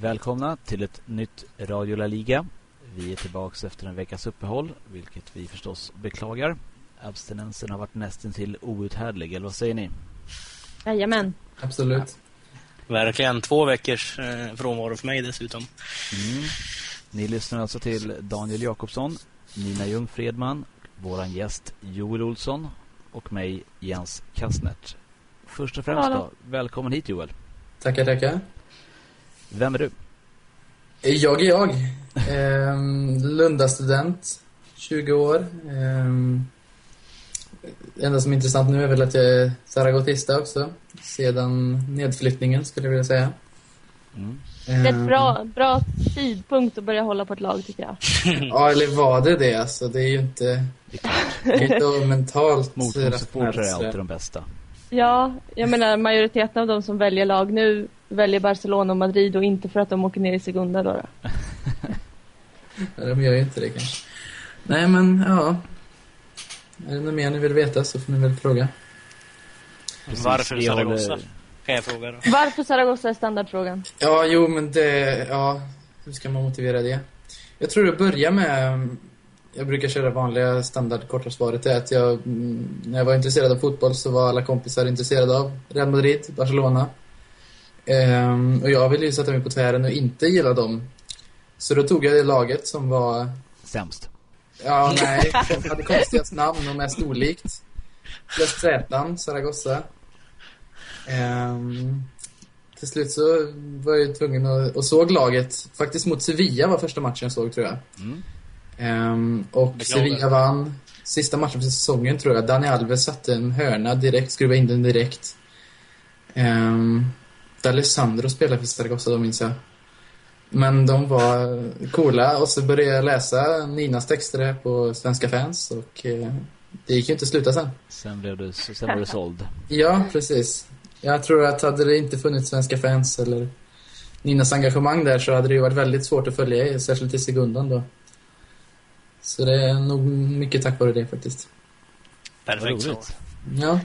välkomna till ett nytt Radio La Liga. Vi är tillbaka efter en veckas uppehåll, vilket vi förstås beklagar. Abstinensen har varit nästan till outhärdlig, eller vad säger ni? Jajamän. Absolut. Verkligen 2 veckors frånvaro för mig dessutom. Ni lyssnar alltså till Daniel Jakobsson, Nina Ljungfredman, våran gäst Joel Olsson och mig Jens Kastnert. Först och främst då, välkommen hit Joel. Tackar. Vem är du? Jag är jag. Lundastudent, 20 år. Det enda som är intressant nu är väl att jag är Zaragoza också. Sedan nedflyttningen skulle jag vilja säga. Det är ett bra tidpunkt att börja hålla på ett lag tycker jag. Ja, eller var det alltså? Det är ju inte mentalt motståndssupportrar är alltid de bästa. Ja, jag menar majoriteten av de som väljer lag nu väljer Barcelona och Madrid och inte för att de åker ner i Segunda då. Ja, de gör ju inte det kanske. Nej, men ja. Är det något mer ni vill veta så får ni väl fråga. Precis, varför Zaragoza? Kan jag fråga då? Varför Zaragoza är standardfrågan? Ja, jo, men det... Ja, hur ska man motivera det? Jag tror det börjar med... Jag brukar köra vanliga standardkorta svaret är att när jag var intresserad av fotboll så var alla kompisar intresserade av Real Madrid, Barcelona. Och jag ville ju sätta mig på tvären och inte gilla dem. Så då tog jag det laget som var... sämst. Ja, nej. Som hade konstigast namn och mest olikt. Plus trätan, Zaragoza. Till slut så var jag tvungen att såg laget. Faktiskt mot Sevilla var första matchen jag såg, tror jag. Och Sevilla vann sista matchen för säsongen, tror jag. Dani Alves satte en hörna direkt, skruvade in den direkt. D'Alessandro spelade för Zaragoza, då minns jag. Men de var coola. Och så började jag läsa Ninas texter på Svenska Fans. Och det gick ju inte sluta sen. Sen var du såld. Ja, precis. Jag tror att hade det inte funnits Svenska Fans eller Ninas engagemang där så hade det ju varit väldigt svårt att följa, särskilt i sekundan då. Så det är nog mycket tack vare det faktiskt. Perfekt svar. Ja.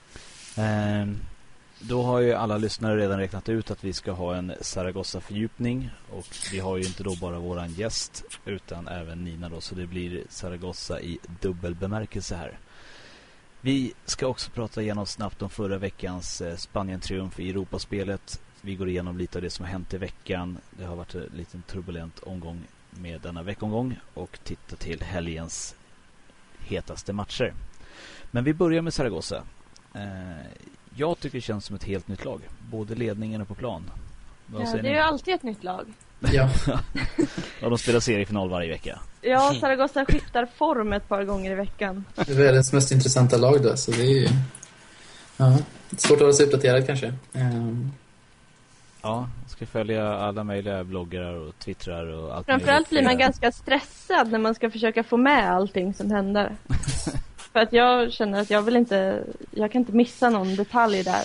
Då har ju alla lyssnare redan räknat ut att vi ska ha en Zaragoza-fördjupning. Och vi har ju inte då bara våran gäst utan även Nina då. Så det blir Zaragoza i dubbel bemärkelse här. Vi ska också prata igenom snabbt om förra veckans Spanien-triumf i Europaspelet. Vi går igenom lite av det som har hänt i veckan. Det har varit en liten turbulent omgång med denna veckomgång och titta till helgens hetaste matcher. Men vi börjar med Zaragoza. Jag tycker det känns som ett helt nytt lag. Både ledningen och på plan. Ja, det är ju alltid ett nytt lag. Ja. Och de spelar seriefinal varje vecka. Ja, Zaragoza skiftar form ett par gånger i veckan. Det är världens mest intressanta lag då. Så det är ju svårt att vara så uppdaterad kanske. Ja, jag ska följa alla möjliga bloggar och twittrar och allt. Framförallt blir man ganska stressad när man ska försöka få med allting som händer. För att jag känner att jag kan inte missa någon detalj där.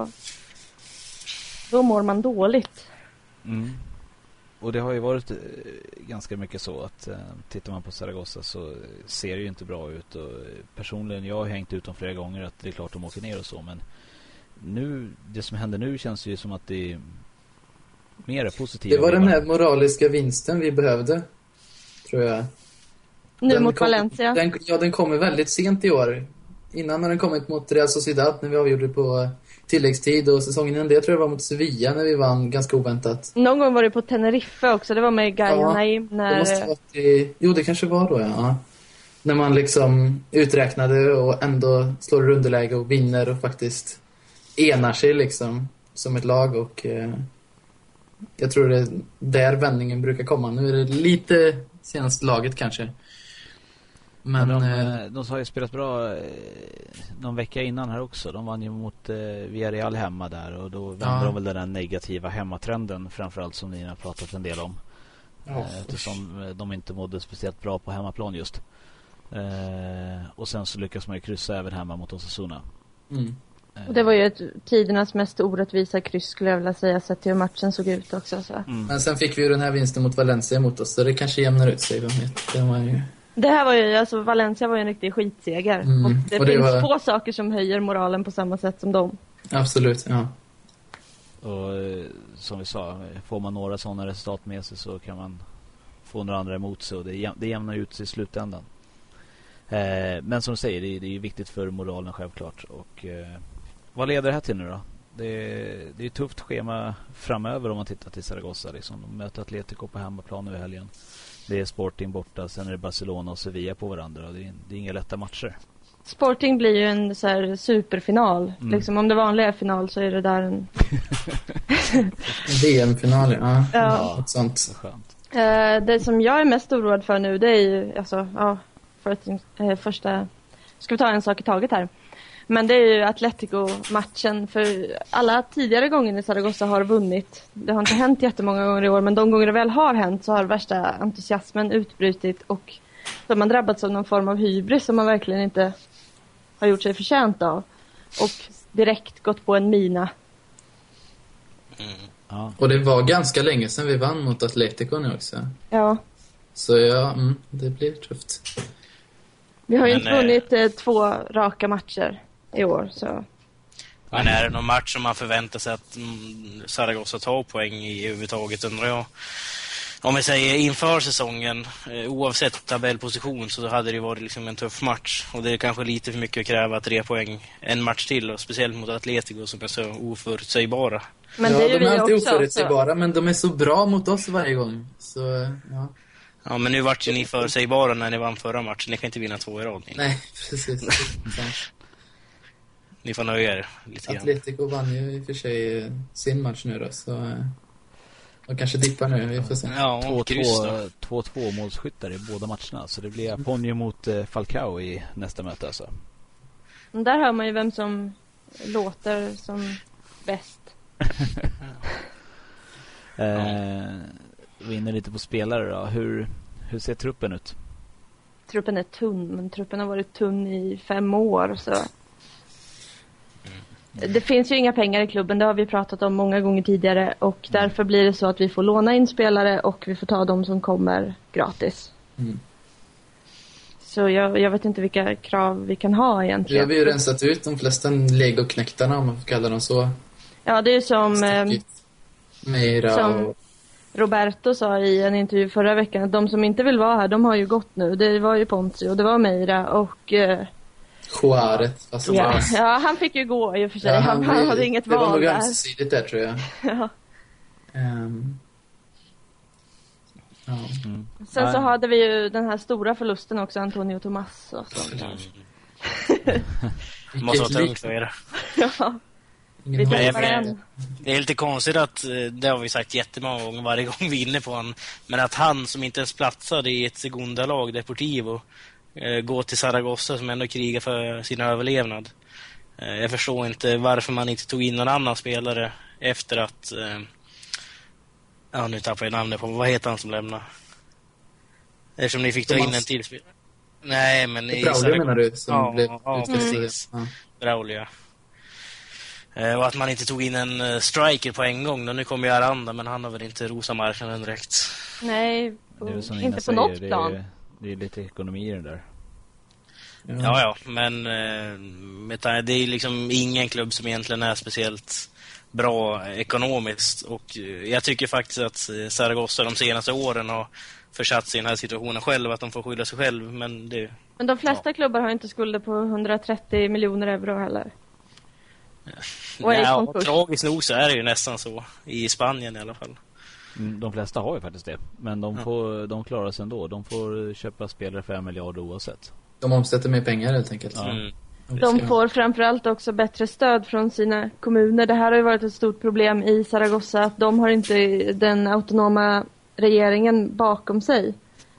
Då mår man dåligt. Och det har ju varit ganska mycket så att tittar man på Zaragoza så ser det ju inte bra ut. Och personligen, jag har hängt ut dem flera gånger att det är klart de åker ner och så. Men nu, det som händer nu känns ju som att det är mer positivt. Det var den här moraliska vinsten vi behövde, tror jag. Nu mot Valencia. Den kommer väldigt sent i år. Innan har den kommit mot Real Sociedad när vi avgjorde på tilläggstid. Och säsongen innan det tror jag var mot Sevilla när vi vann ganska oväntat. Någon gång var det på Tenerife också. Det var med Gaia Naim. Jo, det kanske var då, ja. När man liksom uträknade och ändå slår underläge och vinner och faktiskt enar sig liksom som ett lag. Och jag tror det är där vändningen brukar komma. Nu är det lite senaste laget kanske. Men de har ju spelat bra någon vecka innan här också. De vann ju mot Villarreal hemma där. Och då vände de väl den där negativa hemmatrenden, framförallt som ni har pratat en del om. Eftersom de inte mådde speciellt bra på hemmaplan just. Och sen så lyckas man ju kryssa även hemma mot Osasuna. Och det var ju tidernas mest orättvisa kryss, skulle jag vilja säga, sett till hur matchen såg ut också. Så. Men sen fick vi ju den här vinsten mot Valencia mot oss, så det kanske jämnar ut sig. Det här var ju, alltså Valencia var ju en riktig skitseger. Och det finns få saker som höjer moralen på samma sätt som dem. Absolut, ja. Och som vi sa, får man några sådana resultat med sig så kan man få några andra emot sig och det jämnar ut sig i slutändan. Men som du säger, det är viktigt för moralen självklart. Och vad leder det här till nu då? Det är ett tufft schema framöver om man tittar till Zaragoza. Liksom. De möter Atletico på hemmaplan nu i helgen. Det är Sporting borta, sen är det Barcelona och Sevilla på varandra. Och det är inga lätta matcher. Sporting blir ju en så här superfinal. Liksom, om det vanliga är final så är det där en... VM-final, ja. Ja. Något sånt. Så skönt. Det som jag är mest oroad för nu, det är ju alltså, första... Ska vi ta en sak i taget här? Men det är ju Atletico-matchen. För alla tidigare gånger i Zaragoza har vunnit. Det har inte hänt jättemånga gånger i år. Men de gånger det väl har hänt så har värsta entusiasmen utbrutit. Och så har man drabbats av någon form av hybris som man verkligen inte har gjort sig förtjänt av. Och direkt gått på en mina. Ja. Och det var ganska länge sedan vi vann mot Atletico nu också. Ja. Så ja, det blir tufft. Vi har ju inte vunnit 2 raka matcher i år. Så. Men är det någon match som man förväntar sig att Zaragoza tar poäng i överhuvudtaget, undrar jag. Om vi säger inför säsongen, oavsett tabellposition, så hade det varit liksom en tuff match. Och det är kanske lite för mycket att kräva 3 poäng en match till. Och speciellt mot Atletico som är så oförutsägbara. Men ja, det är de är alltid också, oförutsägbara, men de är så bra mot oss varje gång. Så, ja. Ja, men nu vart ju ni förutsägbara när ni vann förra matchen. Ni kan inte vinna 2 i rad. Nej, precis. Ni får nöja er lite grann. Atletico vann ju i och för sig sin match nu då, så de kanske dippar nu, vi får se. Ja, 2-2 målskyttar i båda matcherna. Så det blir Ponyo mot Falcao i nästa möte alltså. Där hör man ju vem som låter som bäst. Vi är inne lite på spelare då. Hur ser truppen ut? Truppen är tunn, men truppen har varit tunn i 5 år. Så. Det finns ju inga pengar i klubben, det har vi pratat om många gånger tidigare. Och därför blir det så att vi får låna in spelare och vi får ta de som kommer gratis. Så jag vet inte vilka krav vi kan ha egentligen. Vi har ju rensat ut de flesta legoknäktarna, om man får kalla dem så. Ja, det är som Meira som och... Roberto sa i en intervju förra veckan att de som inte vill vara här, de har ju gått nu. Det var ju Ponzi och det var Meira och... Juarez. Alltså ja, han fick ju gå i och för sig. Ja, han hade inget val där. Det var nog ömsesidigt där, tror jag. Ja. Ja. Sen så hade vi ju den här stora förlusten också, Antonio Tomas och sånt. Måste vara tungt för er. Ja. Vi det är lite konstigt att, det har vi sagt jättemånga gånger varje gång vi är inne på han, men att han som inte ens platsade i ett sekundalag Deportivo går till Zaragoza som ändå krigar för sin överlevnad. Jag förstår inte varför man inte tog in någon annan spelare efter att nu tappar jag namnet på, vad heter han som lämnar? Eftersom ni fick ta in en till spelare. Nej, men Braulio menar du? Som blev precis. Ja. Braulio. Och att man inte tog in en striker på en gång. Nu kommer ju Aranda, men han har väl inte rosa marknaden direkt. Nej, inte på något plan. Det är lite ekonomi i det där. Ja, men det är liksom ingen klubb som egentligen är speciellt bra ekonomiskt. Och jag tycker faktiskt att Zaragoza de senaste åren har försatt sig i den här situationen själv, att de får skylla sig själv. Men de flesta klubbar har inte skulder på 130 miljoner euro heller. Ja, tragiskt nog så är det ju nästan så i Spanien i alla fall. De flesta har ju faktiskt det. Men de klarar sig ändå. De får köpa spelare för 1 miljard oavsett. De omsätter mer pengar helt enkelt. Ja. De får framförallt också bättre stöd från sina kommuner. Det här har ju varit ett stort problem i Zaragoza. Att de har inte den autonoma regeringen bakom sig.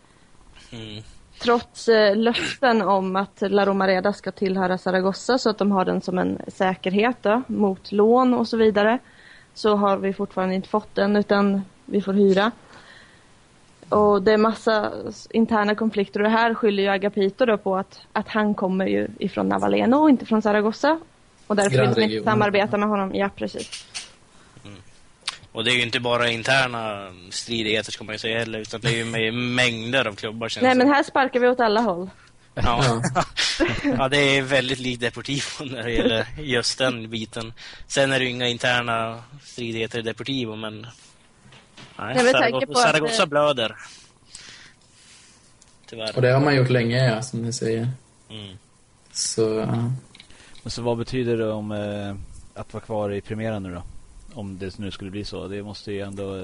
Trots löften om att La Romareda ska tillhöra Zaragoza så att de har den som en säkerhet då, mot lån och så vidare, så har vi fortfarande inte fått den, utan vi får hyra. Och det är massa interna konflikter, och det här skyller ju Agapito då på att han kommer ju ifrån Navaleno och inte från Zaragoza, och därför vill de inte samarbeta med honom. Ja, precis. Och det är ju inte bara interna stridigheter, ska man ju säga heller, utan det är ju med mängder av klubbar. Nej, men här sparkar vi åt alla håll. Ja. Ja, det är väldigt likt Deportivo när det gäller just den biten. Sen är det ju inga interna stridigheter i Deportivo, men Zaragoza blöder. Tyvärr. Och det har man gjort länge, ja, som ni säger. Så, ja. Men så vad betyder det om att vara kvar i Primera nu då? Om det nu skulle bli så. Det måste ju ändå...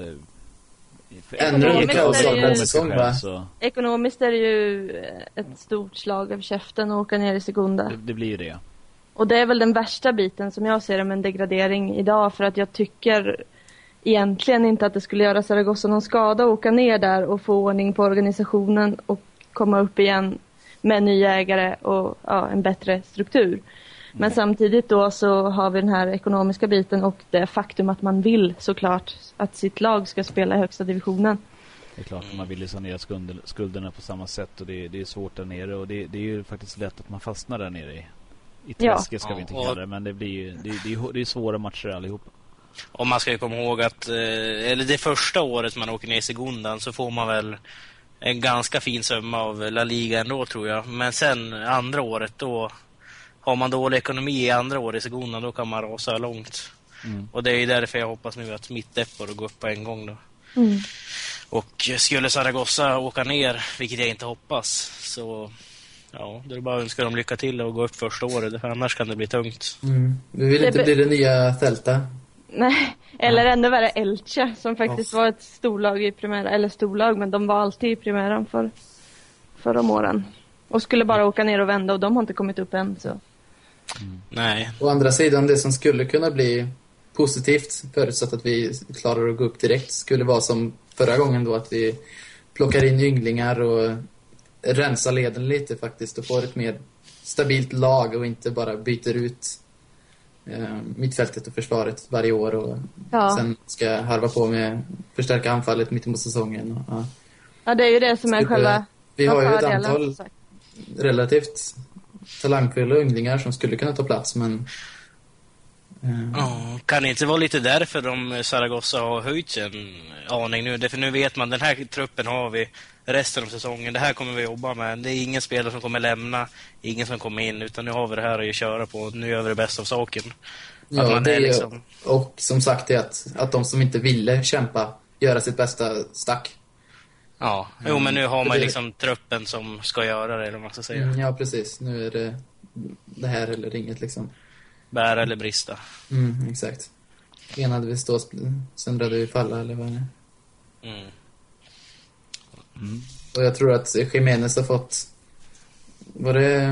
Ekonomiskt är det ju ett stort slag av käften att åka ner i Segunda. Det blir ju det. Och det är väl den värsta biten som jag ser det med en degradering idag. För att jag tycker egentligen inte att det skulle göra Zaragoza någon skada att åka ner där och få ordning på organisationen och komma upp igen med nya ägare och en bättre struktur. Men samtidigt då så har vi den här ekonomiska biten och det faktum att man vill såklart att sitt lag ska spela i högsta divisionen. Det är klart att man vill ju sanera skulderna på samma sätt och det är svårt där nere och det är ju faktiskt lätt att man fastnar där nere i träsket ska vi inte kalla det, men det blir ju det är svåra matcher allihop. Och man ska ju komma ihåg att eller det första året man åker ner i Segundan så får man väl en ganska fin summa av La Liga ändå, tror jag. Men sen andra året då har man dålig ekonomi i andra år i Segundan, då kan man rasa långt. Och det är ju därför jag hoppas nu att mitt Depor går upp på en gång då. Och skulle Zaragoza åka ner, vilket jag inte hoppas, så ja, det är bara att önska dem lycka till och gå upp första året, för annars kan det bli tungt. Vi vill inte bli det nya Celta. Nej, eller ännu värre Elche, som faktiskt var ett storlag i Primera, eller storlag, men de var alltid i Primeran för de åren. Och skulle bara åka ner och vända, och de har inte kommit upp än, så. Nej. Å andra sidan, det som skulle kunna bli positivt, förutsatt att vi klarar att gå upp direkt, skulle vara som förra gången då, att vi plockar in ynglingar och rensar leden lite faktiskt och får ett mer stabilt lag och inte bara byter ut mittfältet och försvaret varje år och sen ska harva på med förstärka anfallet mitt emot säsongen. Ja, det är ju det som är själva... Vi har ju ett antal relativt talangfulla ynglingar som skulle kunna ta plats, men... Kan det inte vara lite därför de Zaragoza har höjt sig en aning nu? För nu vet man, den här truppen har vi resten av säsongen. Det här kommer vi jobba med. Det är ingen spelare som kommer lämna, ingen som kommer in, utan nu har vi det här att köra på. Nu gör vi det bästa av saken. Ja, det är liksom... Och som sagt det att de som inte ville kämpa göra sitt bästa stack. Ja, men nu har man liksom truppen som ska göra det, eller vad man ska säga. Ja, precis. Nu är det här eller inget liksom. Bära eller brista. Exakt. En hade vi stå, sen hade vi falla, eller vad det är. Och jag tror att Jiménez har fått... Var det...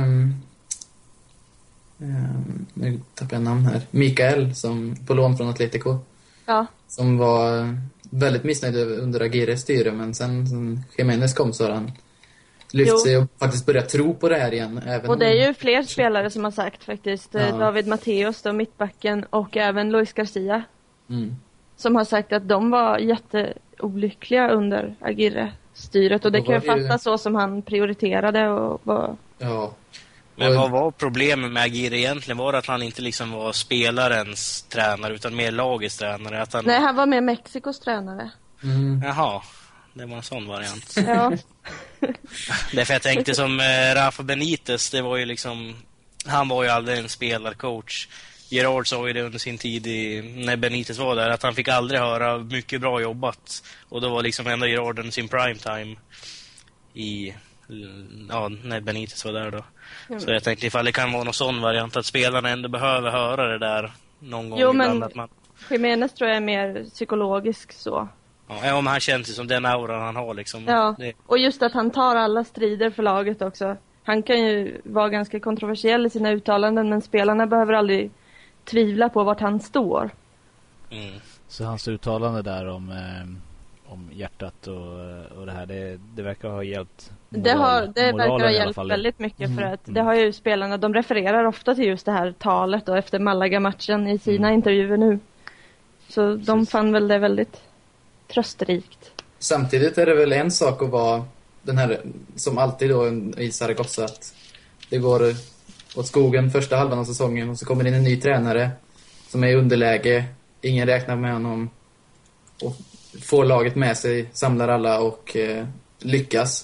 nu tappar jag namn här. Mikael, som på lån från Atletico. Ja. Som var väldigt missnöjd under Aguirres styre, men sen Jiménez kom så har han lyft sig och faktiskt börjat tro på det här igen. Även och det är ju fler spelare som har sagt faktiskt. David Matteus då, mittbacken, och även Luis Garcia. Som har sagt att de var jätteolyckliga under Aguirre-styret. Och det kan jag fatta så som han prioriterade och var... Ja. Men vad var problemet med Aguirre egentligen? Var det att han inte liksom var spelarens tränare utan mer lagets tränare? Att han... Nej, han var mer Mexikos tränare. Jaha, det var en sån variant. Ja. Därför jag tänkte som Rafa Benitez, det var ju liksom... Han var ju aldrig en spelarcoach. Gerard sa ju det under sin tid när Benitez var där, att han fick aldrig höra mycket bra jobbat. Och då var liksom ändå Gerard under sin primetime när Benitez var där då. Så jag tänkte ifall det kan vara någon sån variant att spelarna ändå behöver höra det där någon gång ibland. Men Jiménez tror jag är mer psykologisk så. Ja, men han känns som den auran han har liksom. Ja, och just att han tar alla strider för laget också. Han kan ju vara ganska kontroversiell i sina uttalanden, men spelarna behöver aldrig tvivla på vart han står. Så hans uttalande där om hjärtat och det här, det verkar ha hjälpt det verkar ha hjälpt väldigt mycket för att det har ju spelarna, de refererar ofta till just det här talet och efter Malaga-matchen i sina intervjuer nu. Så de fann väl det väldigt trösterikt. Samtidigt är det väl en sak att vara den här, som alltid då i Zaragoza, att det går åt skogen första halvan av säsongen och så kommer in en ny tränare som är i underläge, ingen räknar med honom och får laget med sig, samlar alla och lyckas.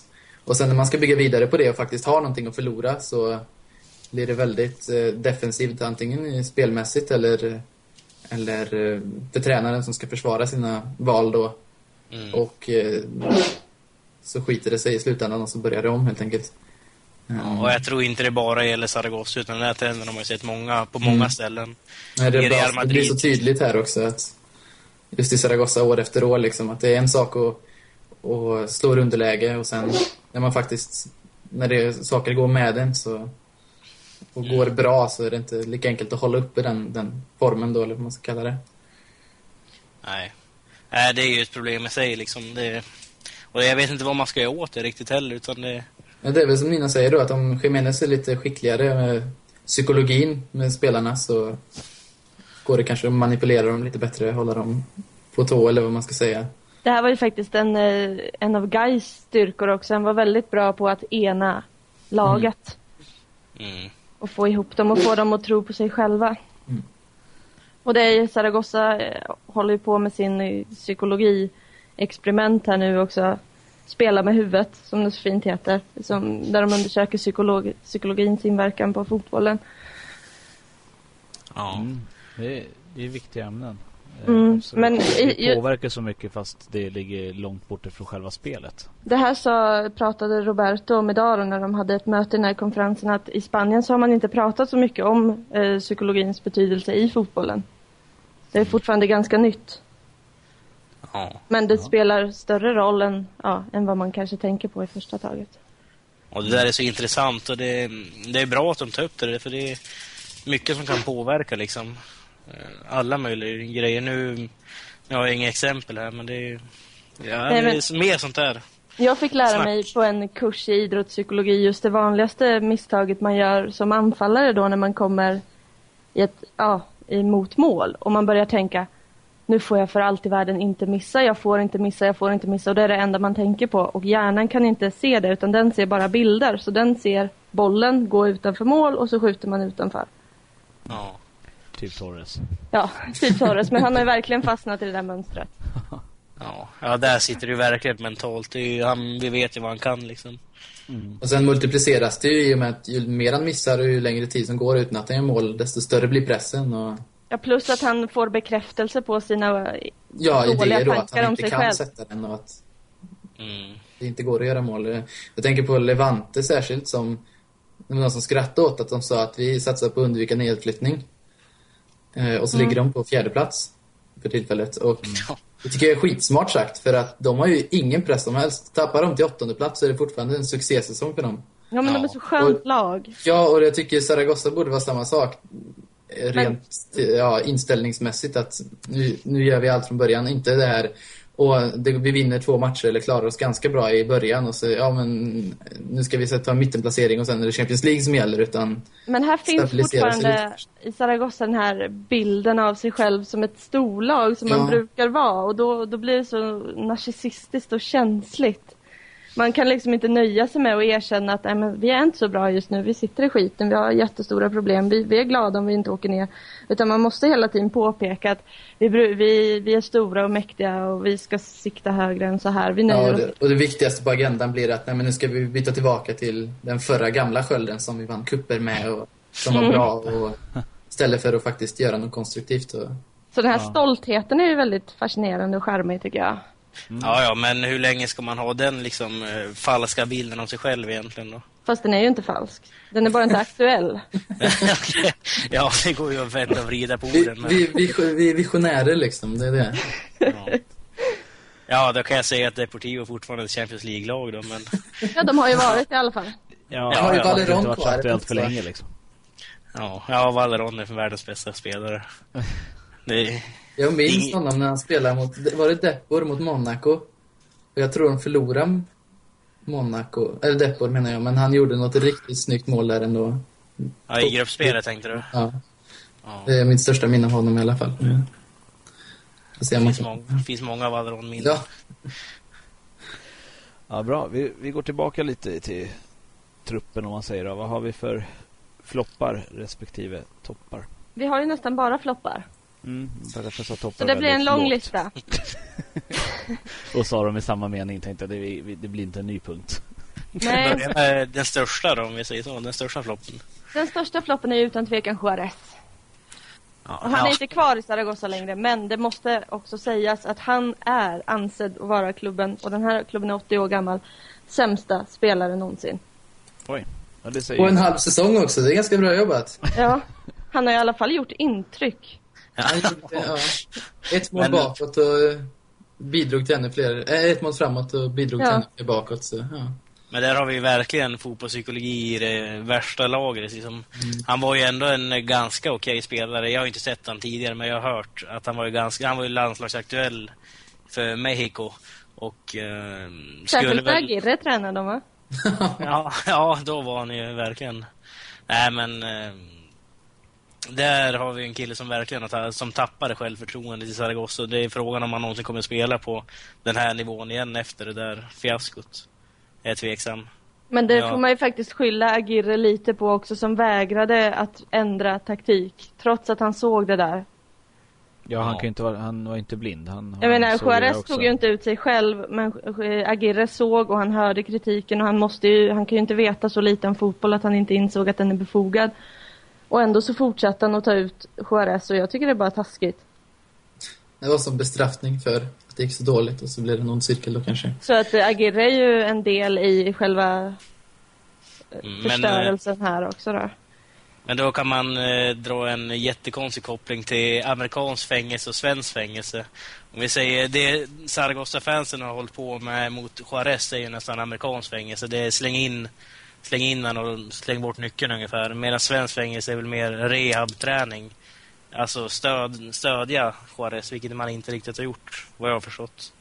Och sen när man ska bygga vidare på det och faktiskt ha någonting att förlora, så blir det väldigt defensivt, antingen spelmässigt eller för tränaren som ska försvara sina val då. Och så skiter det sig i slutändan och så börjar det om helt enkelt. Ja, och jag tror inte det bara gäller Zaragoza, utan den här trenden har man ju sett på många ställen. Nej, det blir så tydligt här också att just i Zaragoza år efter år liksom, att det är en sak att slå underläge, och sen när man faktiskt, saker går med den så, och går bra, så är det inte lika enkelt att hålla uppe den formen då, eller vad man ska kalla det. Nej, det är ju ett problem med sig liksom. Och jag vet inte vad man ska göra åt det riktigt heller, utan det... Ja, det är väl som Nina säger då, att om Jiménez är lite skickligare med psykologin med spelarna, så går det kanske att manipulera dem lite bättre, hålla dem på tå, eller vad man ska säga. Det här var ju faktiskt en av Gais styrkor också. Han var väldigt bra på att ena laget. Och få ihop dem och få dem att tro på sig själva. Och det är ju, Zaragoza håller ju på med sin psykologi-experiment här nu också. Spela med huvudet, som det så fint heter. Där de undersöker psykologins inverkan på fotbollen. Ja, det är viktiga ämnen. Men det påverkar så mycket fast det ligger långt bort ifrån själva spelet. Det här pratade Roberto om idag då, när de hade ett möte i den här konferensen, att i Spanien så har man inte pratat så mycket om psykologins betydelse i fotbollen. Det är fortfarande ganska nytt. Ja. Men det spelar större roll än vad man kanske tänker på i första taget. Och det där är så intressant, och det är bra att de tar upp det, för det är mycket som kan påverka liksom alla möjliga grejer. Nu har jag inga exempel här, men det är mer sånt där. Jag fick lära mig på en kurs i idrottspsykologi just det vanligaste misstaget man gör som anfallare då, när man kommer mot mål och man börjar tänka, nu får jag för allt i världen inte missa, jag får inte missa, och det är det enda man tänker på, och hjärnan kan inte se det, utan den ser bara bilder, så den ser bollen gå utanför mål och så skjuter man utanför. Ja. Typ Torres. Ja, typ Torres, men han har ju verkligen fastnat i det där mönstret. Ja, där sitter det ju verkligen mentalt. Det är ju, vi vet ju vad han kan liksom. Och sen multipliceras det ju i och med att ju mer han missar och ju längre tid som går utan att han gör mål, desto större blir pressen. Och... Ja, plus att han får bekräftelse på sina dåliga tankar att han om inte sig kan själv. Sätta den, och att det inte går att göra mål. Jag tänker på Levante särskilt, som det var någon som skrattade åt att de sa att vi satsar på att undvika nedflyttning. Och så ligger de på 4:e plats för tillfället. Och det tycker jag är skitsmart sagt, för att de har ju ingen press som helst. Tappar de till 8:e plats så är det fortfarande en succésäsong för dem. Ja, men de är så skönt lag. Ja, och jag tycker Zaragoza borde vara samma sak. Rent inställningsmässigt, att nu gör vi allt från början. Inte det här, och vi vinner 2 matcher eller klarar oss ganska bra i början, och så men nu ska vi ta en mittenplacering och sen är det Champions League som gäller, utan men här finns fortfarande i Zaragoza den här bilden av sig själv som ett storlag som man brukar vara, och då blir det så narcissistiskt och känsligt. Man kan liksom inte nöja sig med att erkänna att men vi är inte så bra just nu, vi sitter i skiten, vi har jättestora problem, vi är glada om vi inte åker ner. Utan man måste hela tiden påpeka att vi är stora och mäktiga och vi ska sikta högre än så här. Vi nöjer oss. Och det viktigaste på agendan blir att nu ska vi byta tillbaka till den förra gamla Skölden som vi vann kupper med och som var bra, och istället för att faktiskt göra något konstruktivt. Så den här stoltheten är ju väldigt fascinerande och charmig, tycker jag. Ja, men hur länge ska man ha den liksom falska bilden av sig själv egentligen då? Fast den är ju inte falsk. Den är bara inte aktuell. Okay. Ja, det går ju att vända och vrida på orden. Men... Vi är visionärer liksom, det är det. Ja, då kan jag säga att Deportivo fortfarande är ett Champions League-lag då, men... Ja, de har ju varit i alla fall. Ja, har ju Valeron varit aktuellt för länge liksom. Ja, Valeron är för världens bästa spelare. Jag minns honom när han spelade var det Depor mot Monaco? Och jag tror de förlorade Monaco, eller Depor menar jag, men han gjorde något riktigt snyggt mål där ändå. Ja, i gruppspelet tänkte du? Ja. Det är mitt största minne av honom i alla fall. Det finns många Valeron-minnen. Ja, bra. Vi går tillbaka lite till truppen, om man säger då. Vad har vi för floppar respektive toppar? Vi har ju nästan bara floppar. Så det blir en lång lista. Och sa de i samma mening, tänkte jag, det blir inte en ny punkt. Nej. Börja med den största då, om vi säger så. Den största floppen. Den största floppen är utan tvekan Juarez. Ja, Och han är inte kvar i Zaragoza längre, men det måste också sägas att han är ansedd att vara klubben, och den här klubben är 80 år gammal, sämsta spelare någonsin. Oj. Ja, det säger Och en halv säsong också, det är ganska bra jobbat. Ja, han har i alla fall gjort intryck. Ja. Ett mål bakåt och bidrog till ännu fler. Ett mål framåt och bidrog till ännu fler bakåt. Så, ja. Men där har vi verkligen fotbollspsykologi i det värsta laget. Liksom. Han var ju ändå en ganska okej spelare. Jag har inte sett han tidigare, men jag har hört att han var ju landslagsaktuell för Mexico. Och särskilt väl... Aguirre tränade de, va? ja, då var han ju verkligen... Nej, men... där har vi en kille som verkligen som tappade självförtroende i Zaragoza. Det är frågan om han någonsin kommer att spela på den här nivån igen efter det där fiaskot. Jag är tveksam. Men det får man ju faktiskt skylla Aguirre lite på också, som vägrade att ändra taktik trots att han såg det där. Ja, han var inte blind. Jag menar, Juarez tog ju inte ut sig själv, men Aguirre såg och han hörde kritiken, och han kan ju inte veta så lite om fotboll att han inte insåg att den är befogad. Och ändå så fortsatte han att ta ut Juarez, och jag tycker det är bara taskigt. Det var som bestraffning för att det gick så dåligt, och så blev det någon cirkel då kanske. Så att Aguirre är ju en del i själva förstörelsen här också då. Men då kan man dra en jättekonstig koppling till amerikansk fängelse och svensk fängelse. Om vi säger det Zaragoza-fansen har hållit på med mot Juarez är ju nästan amerikansk fängelse. Det är släng in han och släng bort nyckeln ungefär. Medan svensk fängelse är väl mer rehabträning. Alltså stödja Juarez, vilket man inte riktigt har gjort, vad jag har förstått.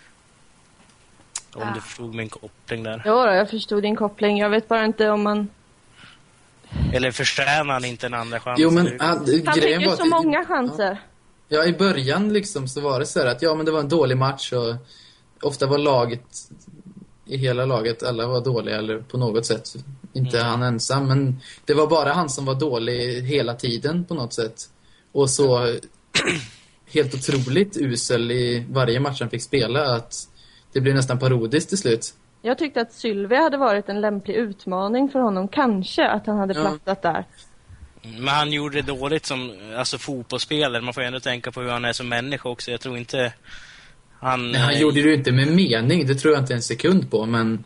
Om du förstod min koppling där. Ja, jag förstod din koppling. Jag vet bara inte om man... Eller förtjänar han inte en andra chans? Jo, men han fick ju så många chanser. Ja, i början liksom så var det så här att men det var en dålig match, och ofta var laget, i hela laget, alla var dåliga eller på något sätt. Inte han ensam, men det var bara han som var dålig hela tiden på något sätt. Och så helt otroligt usel i varje match han fick spela att det blev nästan parodiskt till slut. Jag tyckte att Sylvia hade varit en lämplig utmaning för honom. Kanske att han hade plattat där. Men han gjorde det dåligt som fotbollsspelare. Man får ändå tänka på hur han är som människa också. Jag tror inte han... Nej, han gjorde det ju inte med mening. Det tror jag inte en sekund på. Men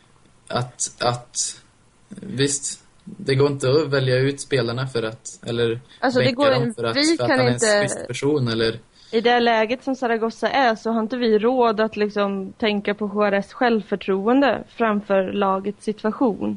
att visst, det går inte att välja ut spelarna för att... Eller det går dem för att han är en schysst person eller... I det läget som Zaragoza är så har inte vi råd att liksom tänka på Juarez självförtroende framför lagets situation.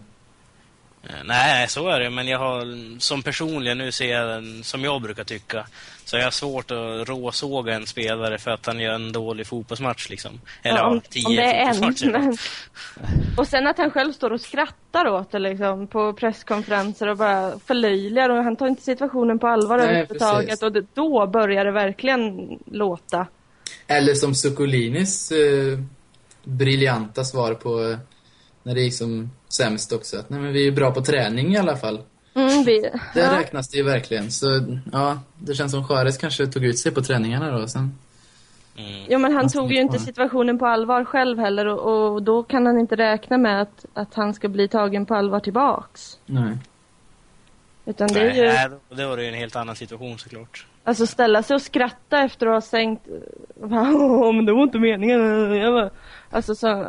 Nej, så är det. Men jag har som personligen, nu ser jag den, som jag brukar tycka, så jag har svårt att råsåga en spelare för att han gör en dålig fotbollsmatch liksom. Eller 10 om det är fotbollsmatcher. Men... Och sen att han själv står och skrattar åt det liksom, på presskonferenser och bara förlöjligar, och han tar inte situationen på allvar överhuvudtaget, och då börjar det verkligen låta. Eller som Sokolinis briljanta svar på när det gick som sämst också, att men vi är bra på träning i alla fall. Det räknas det ju verkligen. Så ja, det känns som Juarez kanske tog ut sig på träningarna då sen. Ja, men han tog ju inte situationen på allvar själv heller, och då kan han inte räkna med att han ska bli tagen på allvar tillbaks. Nej. Utan det är ju... Nej, det var ju en helt annan situation såklart. Alltså ställa sig och skratta efter att ha sänkt... men det var inte meningen. Alltså så...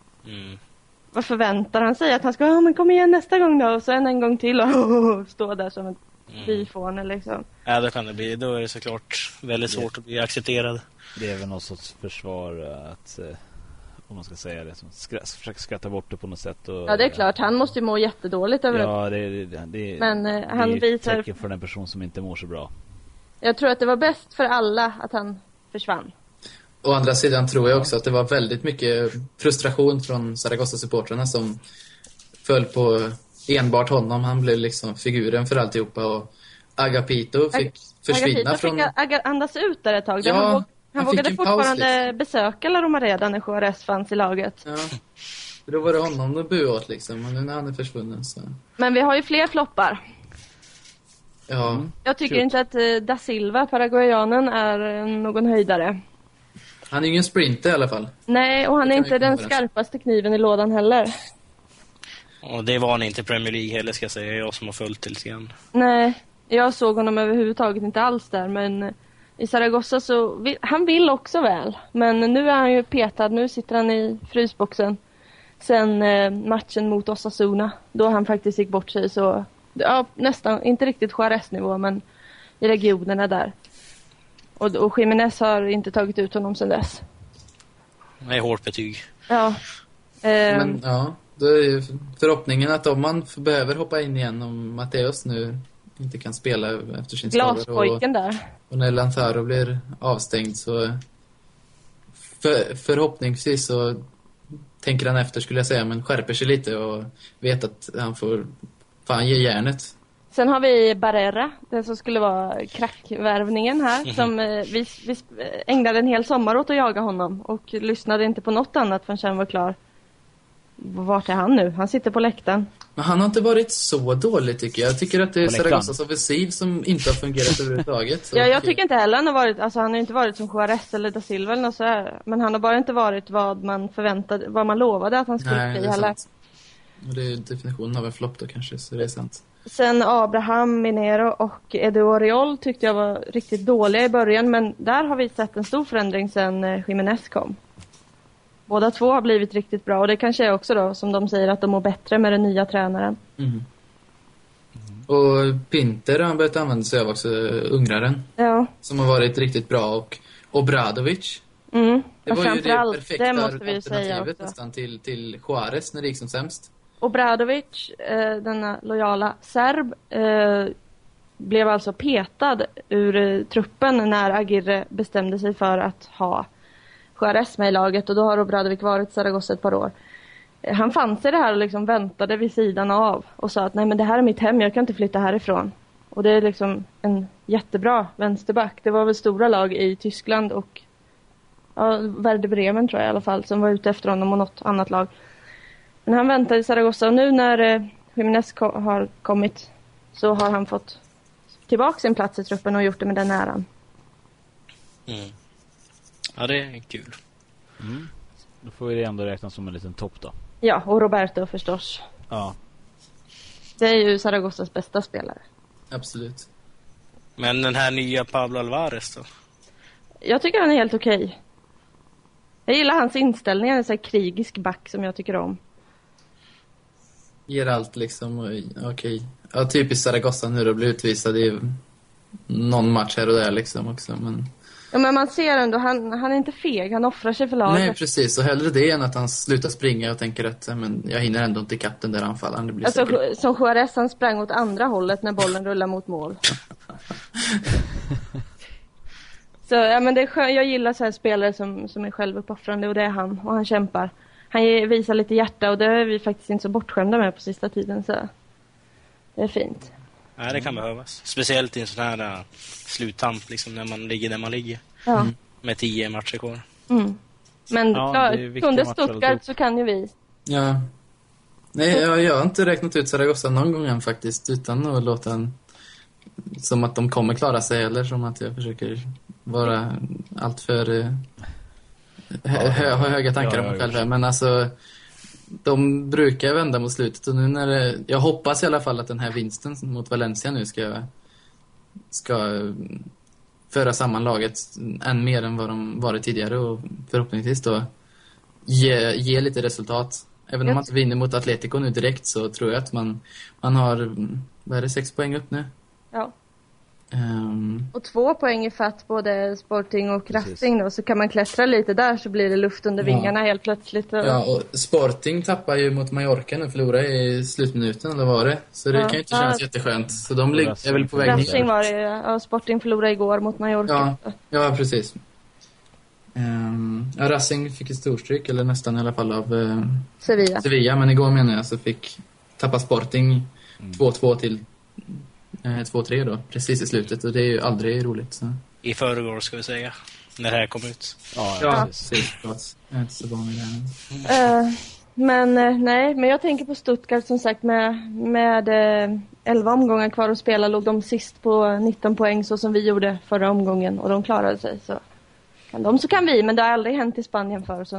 Vad förväntar han sig? Att han ska, men kom igen nästa gång då. Och sen en gång till och stå där som en bifåne liksom. Ja, då kan det bli. Då är det såklart väldigt svårt att bli accepterad. Det är väl någon sorts försvar att, om man ska säga det, försöka skratta bort det på något sätt. Och, ja, det är klart. Han måste ju må jättedåligt över det. Men han visar... tecken för en person som inte mår så bra. Jag tror att det var bäst för alla att han försvann. Å andra sidan tror jag också att det var väldigt mycket frustration från Zaragoza-supportrarna som föll på enbart honom. Han blev liksom figuren för alltihopa, och Agapito fick försvinna Agapito från... fick andas ut där ett tag. Ja, han vågade fortfarande besöka La Romareda när Juarez fanns i laget. Ja, då var det honom att bua åt liksom, och nu när han är försvunnen så... Men vi har ju fler floppar. Ja. Jag tycker inte att Da Silva, paraguayanen, är någon höjdare. Han är ju ingen sprinter i alla fall. Nej, och han är inte den skarpaste kniven i lådan heller. Och det var han inte i Premier League heller, ska jag säga. Jag som har följt det lite grann. Nej, jag såg honom överhuvudtaget inte alls där. Men i Zaragoza så han vill också väl. Men nu är han ju petad. Nu sitter han i frysboxen. Sen matchen mot Osasuna, då han faktiskt gick bort sig. Så ja, nästan, inte riktigt Juarez-nivå, men i regionerna där. Och Jiménez har inte tagit ut honom sedan dess. Det är hårt betyg. Ja. Men ja, då är ju förhoppningen att om man behöver hoppa in igen, om Matteus nu inte kan spela efter sin skada Glaspojken där. Och när Lanzaro blir avstängd, så förhoppningsvis så tänker han efter, skulle jag säga, men skärper sig lite och vet att han får fan ge järnet. Sen har vi Barrera, den som skulle vara krackvärvningen här, som vi ägnade en hel sommar åt att jaga honom och lyssnade inte på något annat förrän han var klar. Vart är han nu? Han sitter på läktaren. Men han har inte varit så dålig, tycker jag. Jag tycker att det är Zaragozas offensiv som inte har fungerat överhuvudtaget. Ja, jag tycker inte heller han har varit, alltså han har inte varit som Juarez eller da Silva eller något så här, men han har bara inte varit vad man förväntade, vad man lovade att han skulle bli heller. Och det är definitionen av en flopp då kanske, så det är sant. Sen Abraham, Minero och Edu Oriol tyckte jag var riktigt dåliga i början, men där har vi sett en stor förändring sen Jiménez kom. Båda två har blivit riktigt bra, och det kanske är också då, som de säger, att de mår bättre med den nya tränaren. Och Pinter har han börjat använda sig av också, ungraren. Ja. Som har varit riktigt bra, och Obradovic. Det var ju det perfekta alternativet nästan till Juarez när det gick som sämst. Obradovic, denna lojala serb, blev alltså petad ur truppen när Aguirre bestämde sig för att ha Juarez med i laget, och då har Obradovic varit i Zaragoza ett par år. Han fann sig det här och liksom väntade vid sidan av och sa att nej, men det här är mitt hem, jag kan inte flytta härifrån. Och det är liksom en jättebra vänsterback. Det var väl stora lag i Tyskland och Werder Bremen tror jag i alla fall, som var ute efter honom och något annat lag. Men han väntade i Zaragoza, och nu när Jiménez har kommit så har han fått tillbaka sin plats i truppen och gjort det med den äran. Ja, det är kul. Då får vi det ändå räknas som en liten topp då. Ja, och Roberto förstås. Ja. Det är ju Zaragozas bästa spelare. Absolut. Men den här nya Pablo Alvarez då? Jag tycker han är helt okej. Jag gillar hans inställning, han är så här krigisk back som jag tycker om. Ger allt liksom, okej. Ja, typiskt Zaragoza nu då, blir utvisad i någon match här och där liksom också, men... Ja, men man ser ändå, han är inte feg, han offrar sig för laget. Nej, precis, och hellre det än att han slutar springa och tänker att men jag hinner ändå inte ikapp den där anfallaren. Det blir alltså, som Juarez, han sprang åt andra hållet när bollen rullar mot mål. Så ja, men det är jag gillar så här spelare som är självuppoffrande, och det är han, och han kämpar. Han visar lite hjärta, och det är vi faktiskt inte så bortskämda med på sista tiden, så det är fint. Ja, det kan behövas. Speciellt i en sån här sluttamp liksom, när man ligger där man ligger. Ja. Med 10 matcher kvar. Men kunde Stuttgart så kan ju vi. Ja. Nej, jag har inte räknat ut Zaragoza någon gång än faktiskt, utan att låta en, som att de kommer klara sig, eller som att jag försöker vara allt för ha höga tankar om mig själv här. Men alltså, de brukar vända mot slutet, och nu när jag hoppas i alla fall att den här vinsten mot Valencia nu ska föra samman laget än mer än vad de varit tidigare, och förhoppningsvis då ge lite resultat. Även om man inte vinner mot Atletico nu direkt, så tror jag att man har, vad är det, 6 poäng upp nu? Ja. Och 2 poäng i fatt både Sporting och Racing då, så kan man klättra lite där, så blir det luft under vingarna helt plötsligt. Ja, och Sporting tappar ju mot Mallorca nu, förlorar i slutminuten, eller var det? Så det kan ju inte kännas jätteskönt. Så de är väl på väg ner. Racing var det, Sporting förlorade igår mot Mallorca. Ja, precis. Racing fick ett storstryk, eller nästan i alla fall, av Sevilla, men igår menar jag så tappa Sporting 2-2 till 2-3 då, precis i slutet, och det är ju aldrig roligt. Så. I förrgår ska vi säga, när det här kom ut. Ja, precis. Jag är inte så van vid det här. Men jag tänker på Stuttgart som sagt, med 11 omgångar kvar att spela låg de sist på 19 poäng så som vi gjorde förra omgången, och de klarade sig. Så kan vi, men det har aldrig hänt i Spanien förr, så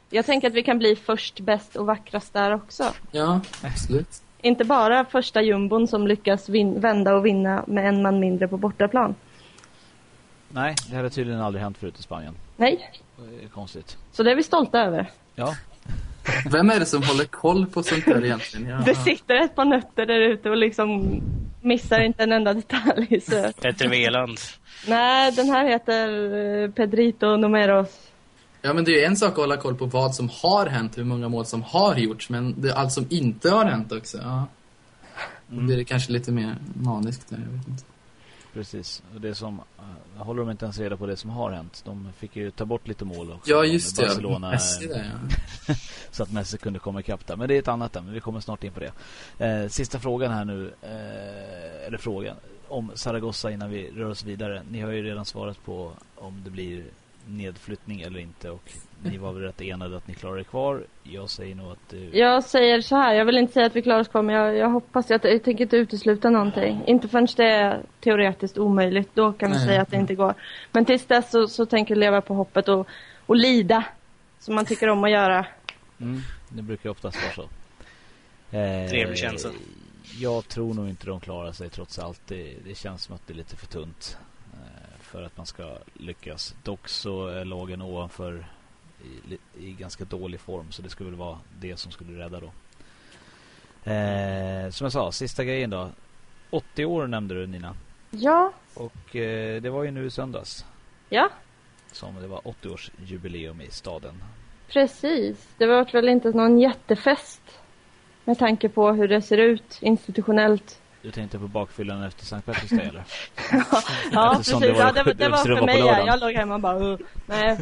Jag tänker att vi kan bli först, bäst och vackrast där också. Ja, absolut. Inte bara första jumbon som lyckas vända och vinna med en man mindre på bortaplan. Nej, det hade tydligen aldrig hänt förut i Spanien. Nej. Det är konstigt. Så det är vi stolta över. Ja. Vem är det som håller koll på sånt där egentligen? Ja. Det sitter ett par nötter där ute och liksom missar inte en enda detalj. Så. Petter Veland. Nej, den här heter Pedrito Numeros. Ja, men det är ju en sak att hålla koll på vad som har hänt, hur många mål som har gjorts, men det är allt som inte har hänt också. Ja. Då blir det kanske lite mer maniskt där, jag vet inte. Precis. Och det som håller de inte ens reda på det som har hänt. De fick ju ta bort lite mål också. Ja, just det. Barcelona, Messi där, ja. så att Messi kunde komma ikapp där. Men det är ett annat ämne. Vi kommer snart in på det. Sista frågan här nu. Eller frågan om Zaragoza innan vi rör oss vidare. Ni har ju redan svarat på om det blir nedflyttning eller inte, och ni var väl rätt enade att ni klarar er kvar. Jag säger nog att Jag säger så här, jag vill inte säga att vi klarar oss kvar, men jag hoppas att jag tänker inte utesluta någonting. Inte förrän det är teoretiskt omöjligt, då kan vi säga att det inte går. Men tills dess så tänker jag leva på hoppet och lida som man tycker om att göra. Det brukar oftast vara så. Trevlig känsla. Jag tror nog inte de klarar sig trots allt. Det känns som att det är lite för tunt för att man ska lyckas. Dock så är lagen ovanför i ganska dålig form, så det skulle väl vara det som skulle rädda då. Som jag sa, sista grejen då. 80 år nämnde du, Nina. Ja. Och det var ju nu i söndags. Ja. Som det var 80-årsjubileum i staden. Precis. Det var väl inte någon jättefest med tanke på hur det ser ut institutionellt. Du tänkte på bakfyllan efter Sankt Petrus Day, eller? Ja, precis. Det var för mig. Jag låg hemma och bara... Nej,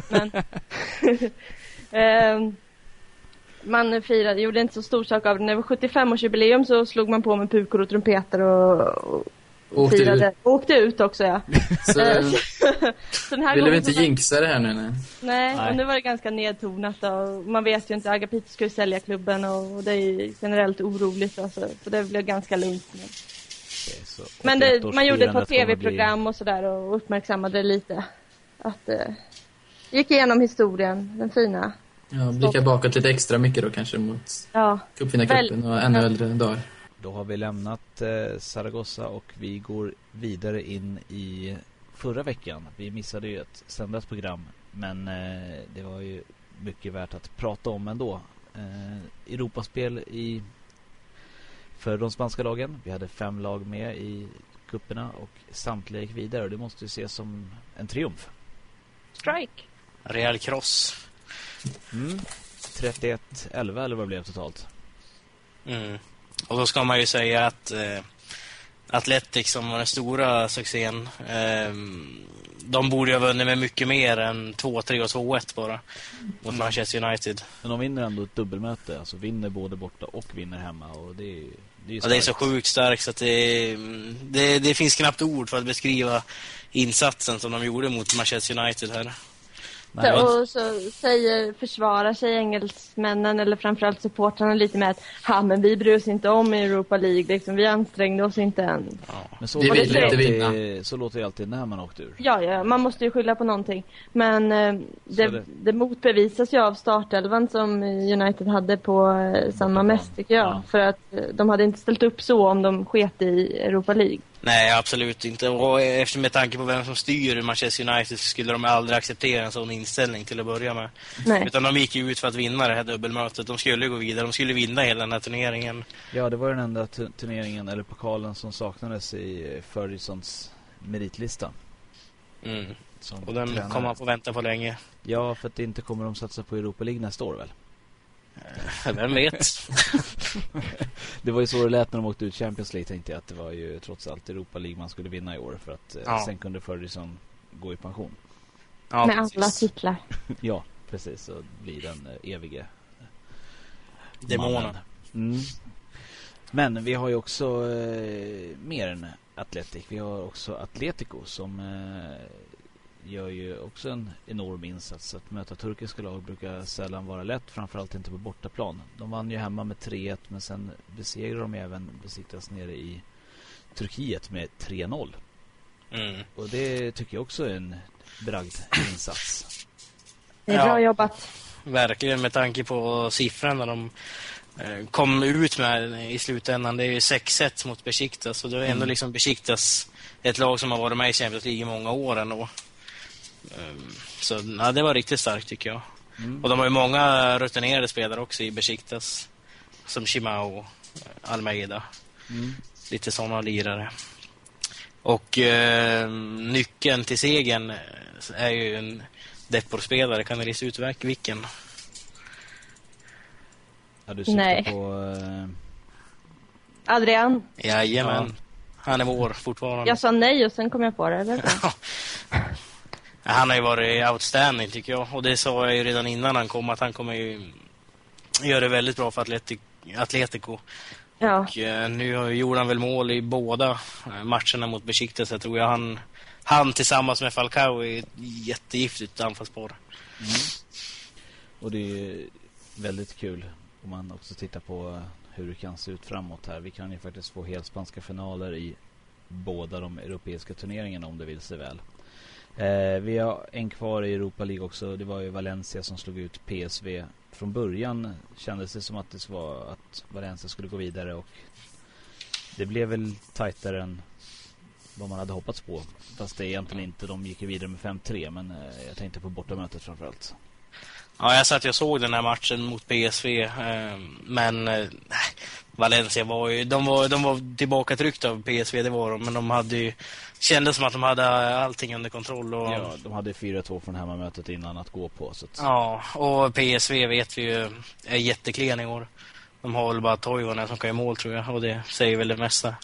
men... man firade, gjorde inte så stor sak av det. När det var 75-årsjubileum så slog man på med pukor och trumpeter och firade. Åkte ut också, ja. Så den här ville vi inte jinxa det här nu? Nej, och nu var det ganska nedtonat. Och man vet ju inte, Agapito skulle sälja klubben och det är generellt oroligt. Alltså, så det blev ganska lugnt. Men man gjorde ett par tv-program och sådär och uppmärksammade lite. Att gick igenom historien, den fina. Ja, blicka bakåt lite extra mycket då kanske mot cupvinnarcupen och ännu äldre dagar. Då har vi lämnat Zaragoza och vi går vidare in i förra veckan. Vi missade ju ett sändat program, men det var ju mycket värt att prata om ändå. Europaspel för de spanska lagen. Vi hade 5 lag med i kupperna och samtliga gick vidare. Och det måste ju ses som en triumf. Strike. Real Cross. 31-11 eller vad det blev totalt. Och då ska man ju säga att Atletic, som var den stora succén, de borde ju ha vunnit med mycket mer än 2-3 och 2-1 bara mot Manchester United. Men de vinner ändå ett dubbelmöte, alltså vinner både borta och vinner hemma, och det är så sjukt starkt så att det finns knappt ord för att beskriva insatsen som de gjorde mot Manchester United här. Och så försvarar sig engelsmännen eller framförallt supportrarna lite med att men vi bryr oss inte om Europa League, liksom, vi ansträngde oss inte än. Men så låter det alltid när man åkt ur. Ja, man måste ju skylla på någonting. Men det motbevisas ju av startelvan som United hade på samma mäss, tycker jag. Ja. För att de hade inte ställt upp så om de sket i Europa League. Nej, absolut inte. Och efter med tanke på vem som styr Manchester United så skulle de aldrig acceptera en sån inställning till att börja med. Nej. Utan de gick ju ut för att vinna det här dubbelmötet. De skulle gå vidare, de skulle vinna hela den här turneringen. Ja, det var den enda turneringen, eller pokalen, som saknades i Fergusons meritlista. Och den kommer man få vänta på länge. Ja, för att inte kommer de satsa på Europa League nästa år, väl? Vem vet? Det var ju så det lät när de åkte ut Champions League, tänkte jag, att det var ju trots allt Europa League man skulle vinna i år, för att sen kunde Ferguson gå i pension. Ja, med alla titlar. Ja, precis, så blir den evige demonen. Men vi har ju också mer än Atletic. Vi har också Atletico som gör ju också en enorm insats. Att möta turkiska lag brukar sällan vara lätt, framförallt inte på bortaplan. De vann ju hemma med 3-1, men sen besegrade de även besiktas nere i Turkiet med 3-0. Och det tycker jag också är en bragd insats. Det är bra jobbat. verkligen med tanke på siffrorna de kom ut med i slutändan. Det är ju 6-1 mot Besiktas, så det är ändå liksom Besiktas, ett lag som har varit med i Champions League i många år ändå. Så ja, det var riktigt starkt tycker jag. Och de har ju många rutinerade spelare också i Besiktas, som Chimao, Almeida. Lite sådana lirare. Och nyckeln till segern är ju en Depor-spelare. Kan ni lista ut vilken? Ja, du syftar på... Adrian. Jajamän. Ja. Han är vår fortfarande. Jag sa nej och sen kom jag på det. Eller? Han har ju varit outstanding tycker jag. Och det sa jag ju redan innan han kom, att han kommer ju göra det väldigt bra för Atletico. Ja. Och nu gjorde han väl mål i båda matcherna mot Besiktas. Jag tror jag han tillsammans med Falcao är ett jättegiftigt anfallspar. Och det är väldigt kul om man också tittar på hur det kan se ut framåt här. Vi kan ju faktiskt få helspanska finaler i båda de europeiska turneringarna om det vill sig väl. Vi har en kvar i Europa League också. Det var ju Valencia som slog ut PSV. Från början kändes det som att det var att Valencia skulle gå vidare, och det blev väl tajtare än vad man hade hoppats på. Fast det egentligen inte. De gick ju vidare med 5-3, men jag tänkte på bortamötet framförallt. Ja, jag satt och såg den här matchen mot PSV, men Valencia var ju, de var tillbaka tryckta av PSV, det var de, men de hade ju, kändes som att de hade allting under kontroll. Och, ja, de hade 4-2 från hemmamötet innan att gå på. Så att... Ja, och PSV vet vi ju är jätteklen i år. De har väl bara Toivonen som kan göra mål tror jag, och det säger väl det mesta.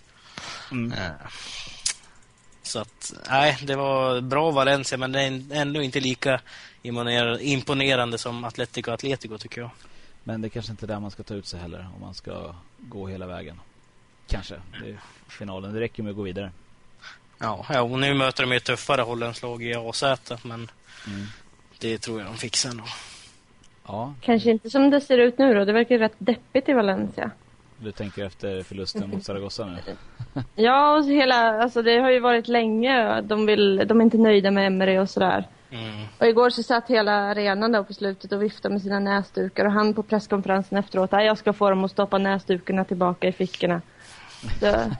Så att, nej, det var bra Valencia, men det är ändå inte lika imponerande som Atletico tycker jag. Men det är kanske inte där man ska ta ut sig heller, om man ska gå hela vägen. Kanske, det är finalen, det räcker med att gå vidare. Ja, och nu möter de ju ett tuffare holländslag i AZ, men det tror jag de fixar nog. Ja. Kanske inte som det ser ut nu då, det verkar rätt deppigt i Valencia. Du tänker efter förlusten mot Zaragoza nu? Ja, och alltså det har ju varit länge. De är inte nöjda med Emery och sådär. Och igår så satt hela arenan där på slutet och viftade med sina näsdukar. Och han på presskonferensen efteråt, jag ska få dem att stoppa näsdukarna tillbaka i fickorna. Så.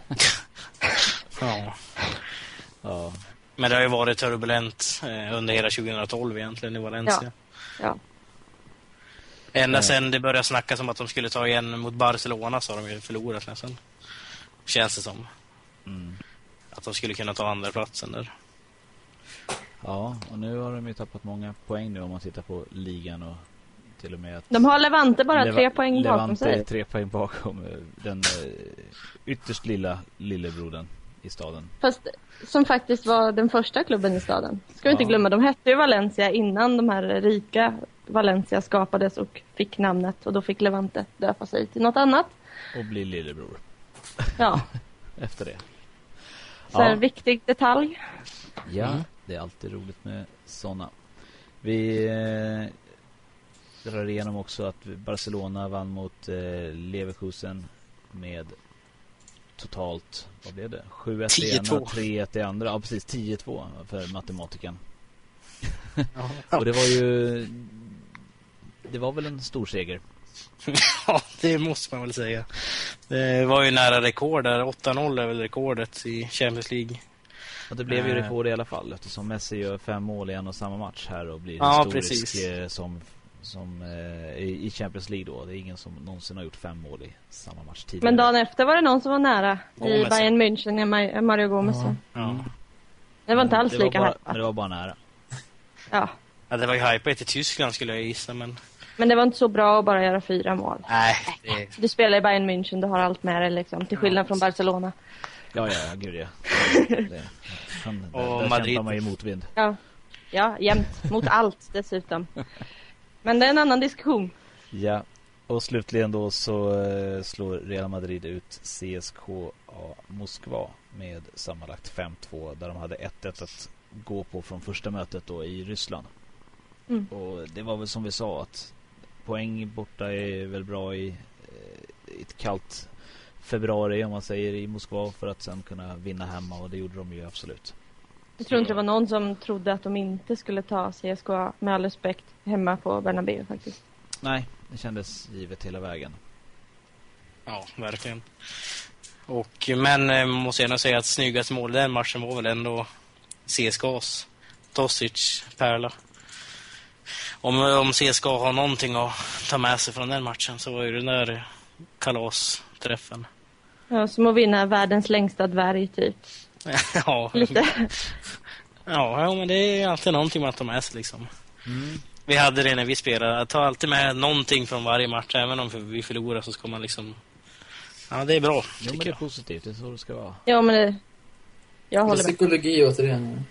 Ja. Men det har ju varit turbulent under hela 2012 egentligen i Valencia. Ja. Ända sen det började snackas om att de skulle ta igen mot Barcelona, så har de ju förlorat nästan. Känns det som. Att de skulle kunna ta andra platsen där. Ja, och nu har de ju tappat många poäng nu om man tittar på ligan, och till och med att de har Levante bara 3 poäng bakom sig. Levante 3 poäng bakom den ytterst lillebrodern i staden. Fast som faktiskt var den första klubben i staden. Ska vi inte glömma, de hette ju Valencia innan de här rika Valencia skapades och fick namnet, och då fick Levante döpa sig till något annat. Och bli lillebror. Ja. Efter det. Så en viktig detalj. Ja, det är alltid roligt med såna. Vi drar igenom också att Barcelona vann mot Leverkusen med totalt, vad blev det? 7-1 i ena, 3-1 i andra. Ja, precis, 10-2 för matematiken. Och det var väl en stor seger. Ja, det måste man väl säga. Det var ju nära rekord där. 8-0 är väl rekordet i Champions League. Och det blev ju rekord i alla fall, eftersom Messi gör 5 mål i en och samma match här och blir historisk som i Champions League då. Det är ingen som någonsin har gjort 5 mål i samma match tidigare. Men dagen efter var det någon som var nära i Bayern München i Mario Gomez. Det var inte alls lika hypat. Men det var bara nära. Ja, det var ju hypat i Tyskland skulle jag gissa, men det var inte så bra att bara göra 4 mål. Nej. Du spelar i Bayern München, du har allt med dig liksom, till skillnad från Barcelona. Ja, gud ja. Och där Madrid kämpar man ju motvind. Ja, jämt. Mot allt dessutom. Men det är en annan diskussion. Ja, och slutligen då så slår Real Madrid ut CSKA Moskva med sammanlagt 5-2, där de hade 1-1 att gå på från första mötet då i Ryssland. Och det var väl som vi sa, att poäng borta är väl bra i ett kallt februari om man säger i Moskva, för att sen kunna vinna hemma, och det gjorde de ju absolut. Jag tror inte det var någon som trodde att de inte skulle ta CSKA, med all respekt, hemma på Bernabéu faktiskt. Nej, det kändes givet hela vägen. Ja, verkligen. Men måste jag nog säga att snyggast mål i den matchen var väl ändå CSKAs Tosic pärla. Om CSKA har någonting att ta med sig från den matchen så var ju den där kalasträffen. Ja, som att vinna världens längsta dvärg typ. Ja. Lite. Ja, men det är alltid någonting man tar med sig liksom. Vi hade det när vi spelade. Att ta alltid med någonting från varje match. Även om vi förlorar så ska man liksom... Ja, det är bra. Jo, men det är positivt. Det är så det ska vara. Ja, men det... Jag håller med. Psykologi återigen.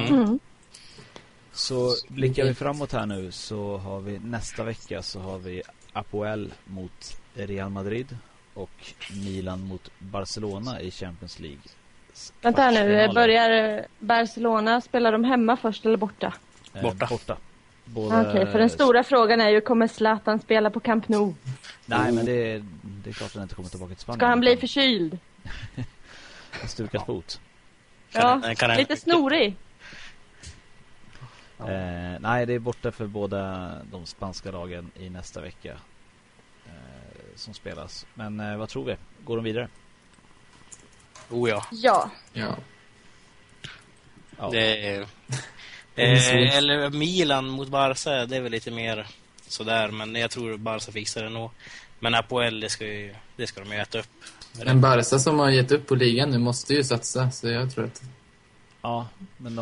Så blickar vi framåt här nu så har vi nästa vecka så har vi Apoel mot Real Madrid och Milan mot Barcelona i Champions League. Vänta här nu, börjar Barcelona, spelar de hemma först eller borta? Borta. Okej, för den stora frågan är ju, kommer Zlatan spela på Camp Nou? Nej, men det är klart att han inte kommer tillbaka till Spanien. Ska han bli förkyld? En stukad fot. Ja, lite snorig. Nej, det är borta för båda de spanska lagen i nästa vecka som spelas. Men vad tror vi? Går de vidare? Ja. Ja. Eller Milan mot Barca, det är väl lite mer sådär, men jag tror Barca fixar det nog. Men Apoel, det ska de ju äta upp. Men Barca som har gett upp på ligan nu måste ju satsa, så jag tror att... Ja, men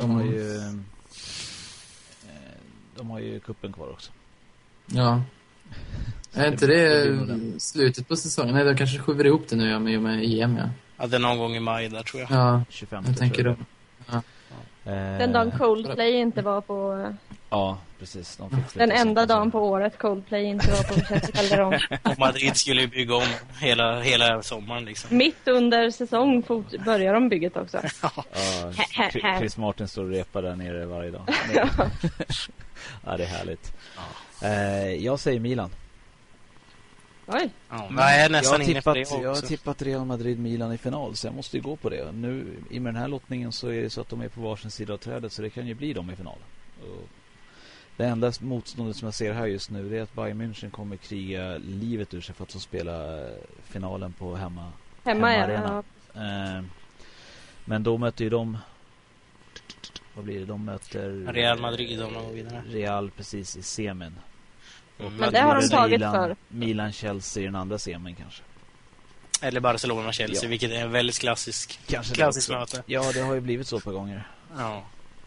de har ju kuppen kvar också. Ja. Är inte det slutet på säsongen? Nej, de kanske skjuter ihop det nu med EM, ja. Ja, det är någon gång i maj där, tror jag. Ja, 25. jag tänker då. Ja. Den dagen Coldplay inte var på... Ja, precis. Den enda dagen på året Coldplay inte var på Vicente Calderón. Och Madrid skulle ju bygga om hela sommaren liksom. Mitt under säsong börjar de bygget också. Ja, Chris Martin står och repar där nere varje dag. Ja, det är härligt. Jag säger Milan. Oj. Ja, jag är nästan inne på det också. Jag har tippat Real Madrid-Milan i final, så jag måste ju gå på det. Nu i med den här lottningen så är det så att de är på varsin sida av trädet, så det kan ju bli dem i final. Och det enda motståndet som jag ser här just nu, det är att Bayern München kommer kriga livet ur sig för att få spela finalen på hemmaarena. Men då möter ju de... Vad blir det? De möter... Real Madrid, de går vidare. Real precis i semin. Men det har de tagit för. Milan-Chelsea i den andra semin kanske. Eller Barcelona-Chelsea, vilket är en väldigt klassisk möte. Ja, det har ju blivit så ett par gånger. Ja.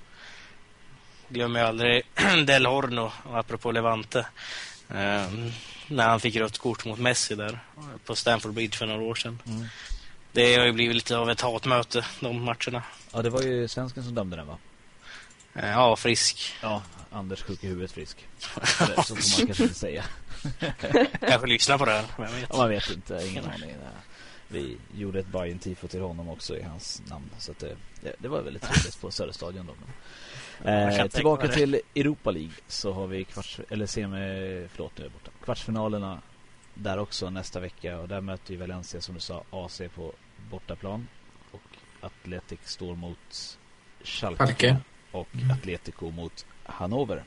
Glömmer jag aldrig Del Horno, apropå Levante. När han fick rött kort mot Messi där på Stamford Bridge för några år sedan. Det har ju blivit lite av ett hatmöte, de matcherna. Ja, det var ju svensken som dömde den, va? Ja, Frisk. Ja, Anders sjuk i huvudet Frisk. Eller, så får man kanske inte säga. Kanske lyssna på det här. Man vet inte, ingen aning. Vi gjorde ett Bayern-tifo till honom också i hans namn. Så att det var väldigt trevligt på Söderstadion då. Tillbaka till Europa League så har vi kvartsfinalerna där också nästa vecka. Och där möter vi Valencia, som du sa, AC på bortaplan. Och Atletic står mot Schalke. Och Atletico mot Hannover.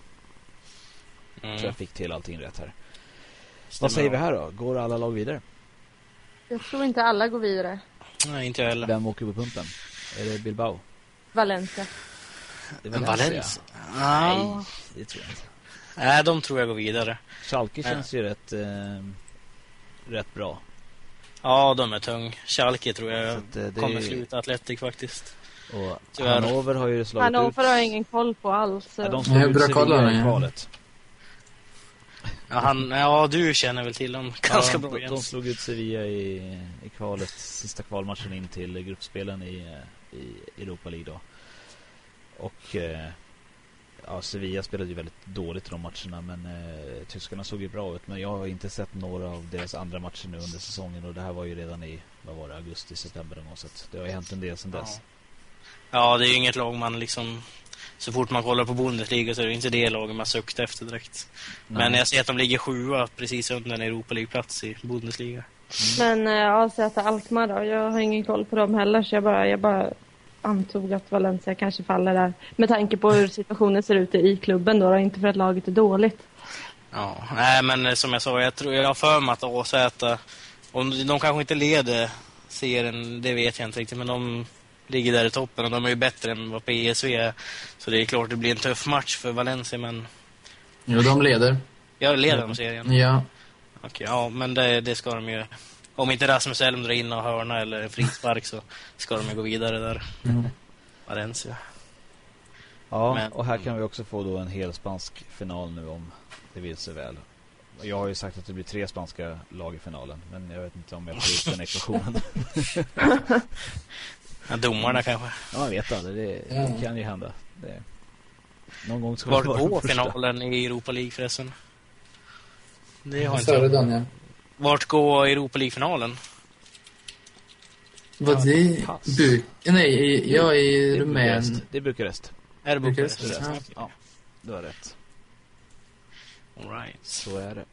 Så jag fick till allting rätt här. Vad säger vi här då? Går alla lag vidare? Jag tror inte alla går vidare. Nej, inte jag heller. Vem åker på pumpen? Är det Bilbao? Valencia. Det är Valencia? Nej, det tror jag inte. Nej, de tror jag går vidare. Schalke känns ju rätt bra. Ja, de är tung. Schalke tror jag kommer sluta Atletic faktiskt. Och Hannover har ju slagit Hannover har ingen koll på alls. Ja, de slog ut Sevilla i kvalet. Ja, du känner väl till dem ganska bra. De slog ut Sevilla i kvalet, sista kvalmatchen in till gruppspelen i Europa League då. Och Sevilla spelade ju väldigt dåligt i de matcherna, men tyskarna såg ju bra ut. Men jag har inte sett några av deras andra matcher nu under säsongen, och det här var ju redan i, augusti, september någon gång, så det har ju hänt en del sedan dess. Ja, det är ju inget lag man liksom... Så fort man kollar på Bundesliga så är det inte det laget man sökt efter direkt. Nej. Men jag ser att de ligger 7 precis under en Europa League-plats i Bundesliga. Men AZ Alkmaar då? Jag har ingen koll på dem heller, så jag bara antog att Valencia kanske faller där. Med tanke på hur situationen ser ut i klubben då, inte för att laget är dåligt. Ja, nej men som jag sa, jag har för mig att AZ, om de kanske inte leder serien, det vet jag inte riktigt, men de ligger där i toppen och de är ju bättre än vad PSV är. Så det är klart det blir en tuff match för Valencia, men... Jo, de leder. Jag leder de serien. Ja. Okej, ja, men det ska de ju. Om inte Rasmus Elm drar in och hörna eller en frispark så ska de ju gå vidare där. Valencia. Ja, men, och här kan vi också få då en hel spansk final nu om det vill sig väl. Jag har ju sagt att det blir 3 spanska lag i finalen, men jag vet inte om jag får ut den ekvationen. Ja, domarna kanske. Ja, man vet aldrig. Det kan ju hända. Någon gång ska var går finalen i Europa League förresten? Det har inte Daniel. Vart går Europa League-finalen? Vad det? I Rumänien. Det är Bukarest. Är det Bukarest? Ja, du har rätt. All right. Så är det.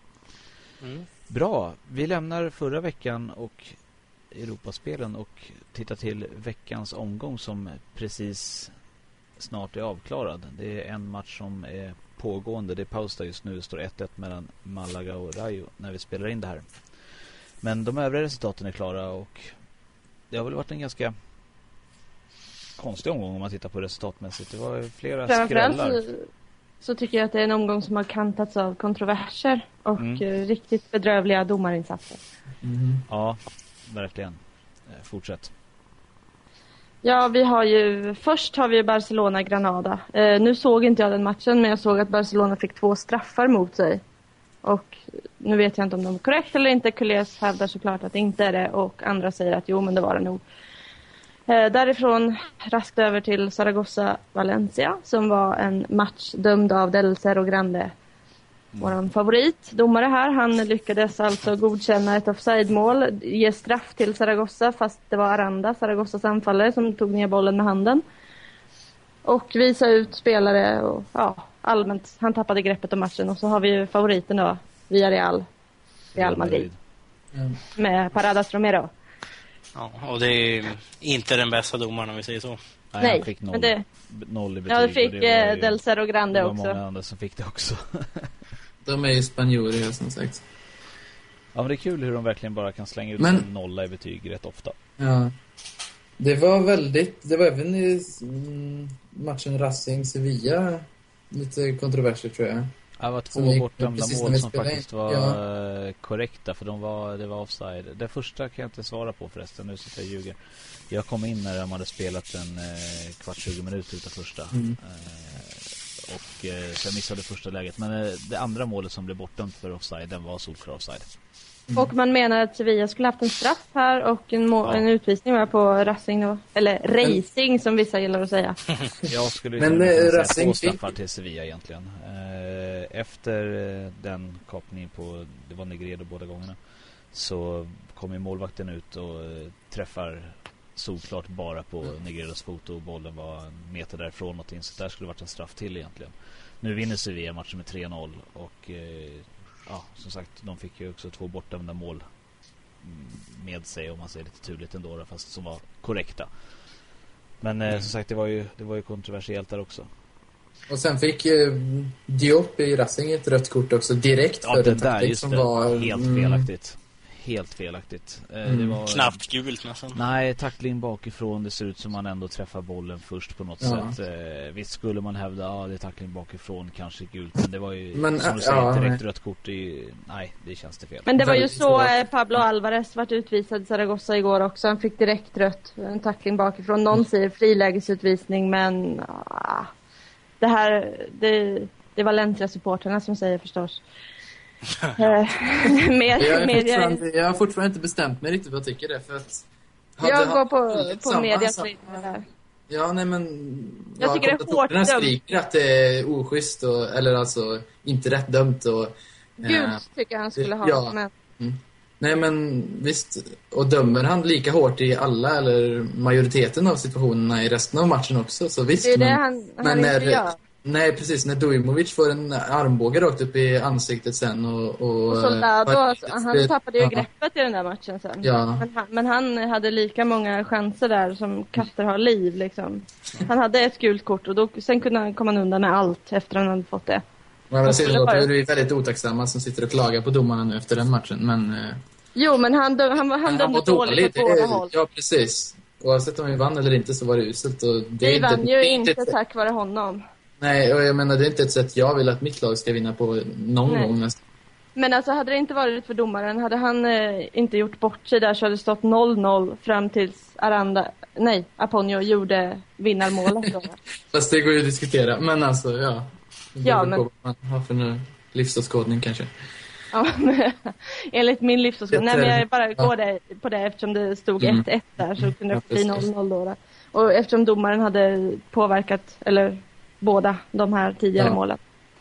Bra. Vi lämnar förra veckan och Europaspelen och tittar till veckans omgång som precis snart är avklarad. Det är en match som är pågående. Det är paus där just nu. Det står 1-1 mellan Malaga och Rayo när vi spelar in det här. Men de övriga resultaten är klara och det har väl varit en ganska konstig omgång om man tittar på resultatmässigt. Det var flera skrällar. Så tycker jag att det är en omgång som har kantats av kontroverser och riktigt bedrövliga domarinsatser. Ja, verkligen. Fortsätt. Ja, först har vi Barcelona-Granada. Nu såg inte jag den matchen, men jag såg att Barcelona fick 2 straffar mot sig. Och nu vet jag inte om de är korrekt eller inte. Kulés hävdar såklart att det inte är det och andra säger att jo, men det var det nog. Därifrån raskt över till Zaragoza-Valencia som var en match dömd av Del Cerro Grande. Vår favorit domare här, han lyckades alltså godkänna ett offside-mål, ge straff till Zaragoza fast det var Aranda, Zaragozas anfallare, som tog ner bollen med handen. Och visa ut spelare och allmänt, han tappade greppet om matchen. Och så har vi ju favoriten då, Real Madrid. Med Paradas Romero. Ja, och det är inte den bästa domaren om vi säger så. Nej, han fick noll i betyg. Ja, det fick Del Cerro Grande också. Det var många andra som fick det också. De är ju spanjorer som sagt. Ja, men det är kul hur de verkligen bara kan slänga ut en nolla i betyg rätt ofta. Ja. Det var även i matchen Racing-Sevilla lite kontroverser tror jag. Det var 2 bortdömda mål som faktiskt var korrekta, för det var offside. Det första kan jag inte svara på förresten, nu sitter jag och ljuger. Jag kom in när de hade spelat en kvart 20 minuter utav första. Så jag missade första läget. Men det andra målet som blev bortdömt för offside, den var solklar offside. Och man menar att Sevilla skulle haft en straff här och en utvisning var på Racing då. Eller Racing som vissa gillar att säga. Jag skulle säga 2 straffar till Sevilla egentligen. Efter den kapningen på, det var Negredo båda gångerna, så kom ju målvakten ut och träffar solklart bara på Negredos fot och bollen var en meter därifrån någonting, så där skulle det varit en straff till egentligen. Nu vinner Sevilla matchen med 3-0 och som sagt, de fick ju också 2 bortdömda mål med sig, om man säger lite turligt ändå, fast som var korrekta. Men som sagt, det var ju kontroversiellt där också. Och sen fick Diop i Racing ett rött kort också direkt för det där, just som det, var helt felaktigt. Helt felaktigt. Det var knappt gult nästan. Nej, tackling bakifrån. Det ser ut som man ändå träffar bollen först på något sätt. Visst skulle man hävda det är tackling bakifrån, kanske gult, men det var ju som du säger, direkt rött kort nej, det känns det fel. Men det var ju så Pablo Alvarez vart utvisad i Zaragoza igår också. Han fick direkt rött, en tackling bakifrån. Någon säger frilägesutvisning, men det här det är Valencia-supporterna som säger förstås. Jag har fortfarande inte bestämt mig riktigt vad jag tycker det, för att jag går på medias där. Ja, nej men jag tycker det är hårt dömt. Skriker att det är oschysst eller alltså inte rätt dömt och gult tycker jag han skulle ha. Men... Nej men visst, och dömer han lika hårt i alla eller majoriteten av situationerna i resten av matchen också, så visst. Det är det han inte gör. Nej, precis. När Dujmovic får en armbåge rakt upp i ansiktet sen. Och Soldado, han tappade ju greppet i den där matchen sen. Ja. Men han hade lika många chanser där som katter har liv liksom. Han hade ett gult kort och sen kunde han komma undan med allt efter han hade fått det. Men jag ser att det är väldigt otacksamma som sitter och klagar på domarna nu efter den matchen. Men, jo, men han dömde dåligt på båda håll. Ja, precis. Oavsett om vi vann eller inte så var det uselt. Och vi vann ju inte tack vare honom. Nej, och jag menar det är inte ett sätt jag vill att mitt lag ska vinna på någon gång nästan. Men alltså hade det inte varit för domaren, hade han inte gjort bort sig där så hade det stått 0-0 fram tills Aponio gjorde vinnarmålet då. Fast det går ju att diskutera, men alltså ja. Ja, men på vad man har för en livsåskådning kanske. Ja, enligt min livsåskådning. Nej, men jag bara går på det eftersom det stod 1-1 där så kunde det bli 0-0 då. Och eftersom domaren hade påverkat eller båda de här tidigare målen.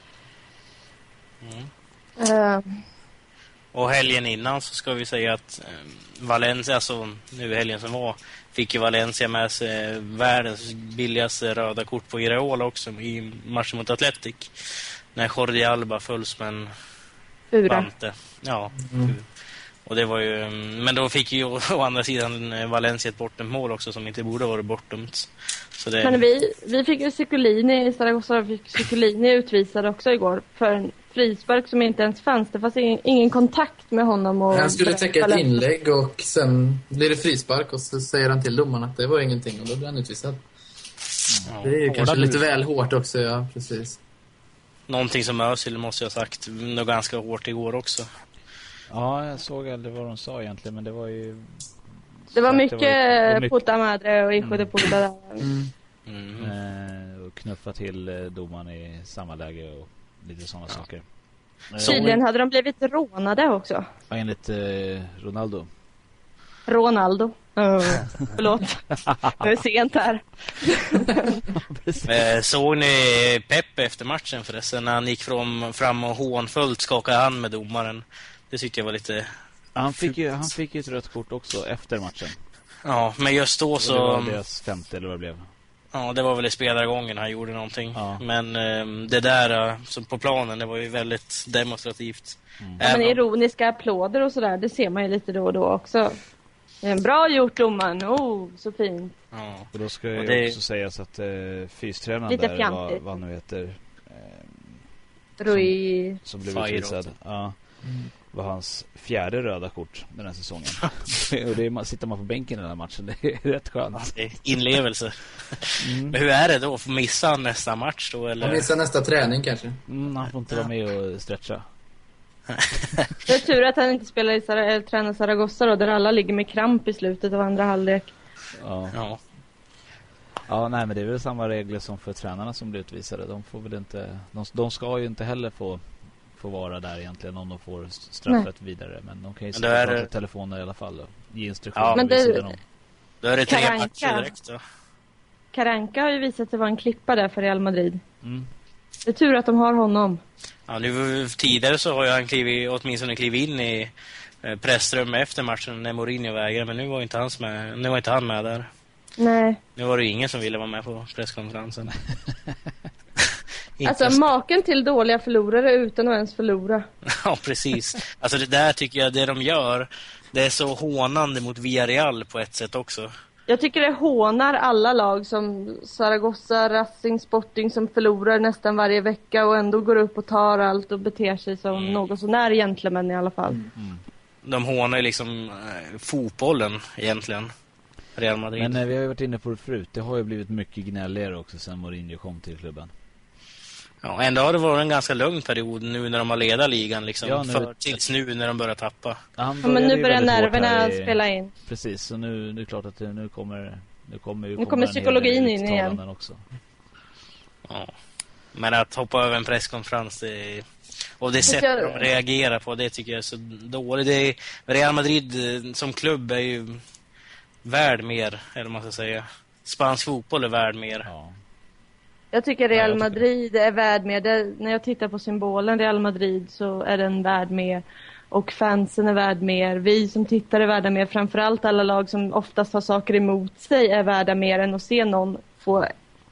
Och helgen innan så ska vi säga att Valencia, alltså nu helgen som var, fick ju Valencia med sig världens billigaste röda kort på Iraola också i matchen mot Atletic. När Jordi Alba följs med en vante. Ja. Och det var ju, men då fick ju å andra sidan Valencia ett bortdömt mål också som inte borde vara bortdömt. Så det... Men vi fick ju Ciccolini i Zaragoza, fick Ciccolini utvisad också igår för en frispark som inte ens fanns. Det fanns ingen kontakt med honom. Och han skulle täcka ett inlägg och sen blir det frispark och så säger han till domaren att det var ingenting och då blir han utvisad. Ja, det är ju kanske lite väl hårt också, ja, precis. Någonting som Özil måste jag ha sagt nog ganska hårt igår också. Ja, jag såg aldrig vad de sa egentligen, men det var ju... Det var mycket puta madre och hijo de puta där. Och knuffa till domaren i samma läge och lite sådana saker. Tydligen hade de blivit rånade också. Enligt Ronaldo. Förlåt. Det är sent här. Såg ni Peppe efter matchen förresten? När han gick fram och hånfullt skakade hand med domaren. Det tyckte jag var lite... Han fick ju ett rött kort också efter matchen. Ja, men just då så... Det var deras femte eller vad det blev. Ja, det var väl i spelargången han gjorde någonting. Ja. Men det där som på planen, det var ju väldigt demonstrativt. Men ironiska applåder och sådär, det ser man ju lite då och då också. Bra gjort, domaren. Så fint. Ja. Och då ska jag också säga så att fystränaren där, vad nu heter... Rui... Som blev utvisad. Ja. Var hans fjärde röda kort den här säsongen. Och det sitter man på bänken i den här matchen. Det är rätt skönt. Ja, inlevelse. Men hur är det då? Får missa nästa match då? Eller? Missa nästa träning kanske. Han får inte vara med och stretcha. Det är tur att han inte spelar i tränar Zaragoza då, där alla ligger med kramp i slutet av andra halvlek. Ja, nej, men det är väl samma regler som för tränarna som blir utvisade. De får väl inte, de ska ju inte heller få vara där egentligen om de får straffet vidare. Men de kan ju prata telefoner i alla fall och ge instruktioner. Ja, men då är det 3 matcher direkt då. Karanka har ju visat sig vara en klippa där för Real Madrid. Det är tur att de har honom. Ja, nu tidigare så har han åtminstone klivit in i pressrummet efter matchen när Mourinho vägrade, men nu var inte han med där. Nej. Nu var det ingen som ville vara med på presskonferensen. Alltså maken till dåliga förlorare utan att ens förlora. Ja, precis. Alltså det där tycker jag, det de gör, det är så hånande mot Villarreal på ett sätt också. Jag tycker det hånar alla lag som Zaragoza, Racing, Sporting som förlorar nästan varje vecka och ändå går upp och tar allt och beter sig som något så när gentleman i alla fall. De hånar ju liksom fotbollen egentligen. Real Madrid. Men vi har ju varit inne på det förut. Det har ju blivit mycket gnälligare också sen Mourinho kom till klubben. Ja, ändå har det varit en ganska lugn period nu när de har ledat ligan liksom, tills nu när de börjar tappa. Ja, men nu börjar nerverna spela in. Precis, så nu är det klart att nu kommer psykologin in igen också. Ja. Men att hoppa över en presskonferens och det sätt de reagerar på, det tycker jag är så dåligt. Real Madrid som klubb är ju värd mer, eller man ska säga. Spansk fotboll är värd mer. Ja. Jag tycker Real Madrid är värd mer. När jag tittar på symbolen Real Madrid så är den värd mer. Och fansen är värd mer. Vi som tittar är värda mer. Framförallt alla lag som oftast har saker emot sig är värda mer än att se någon få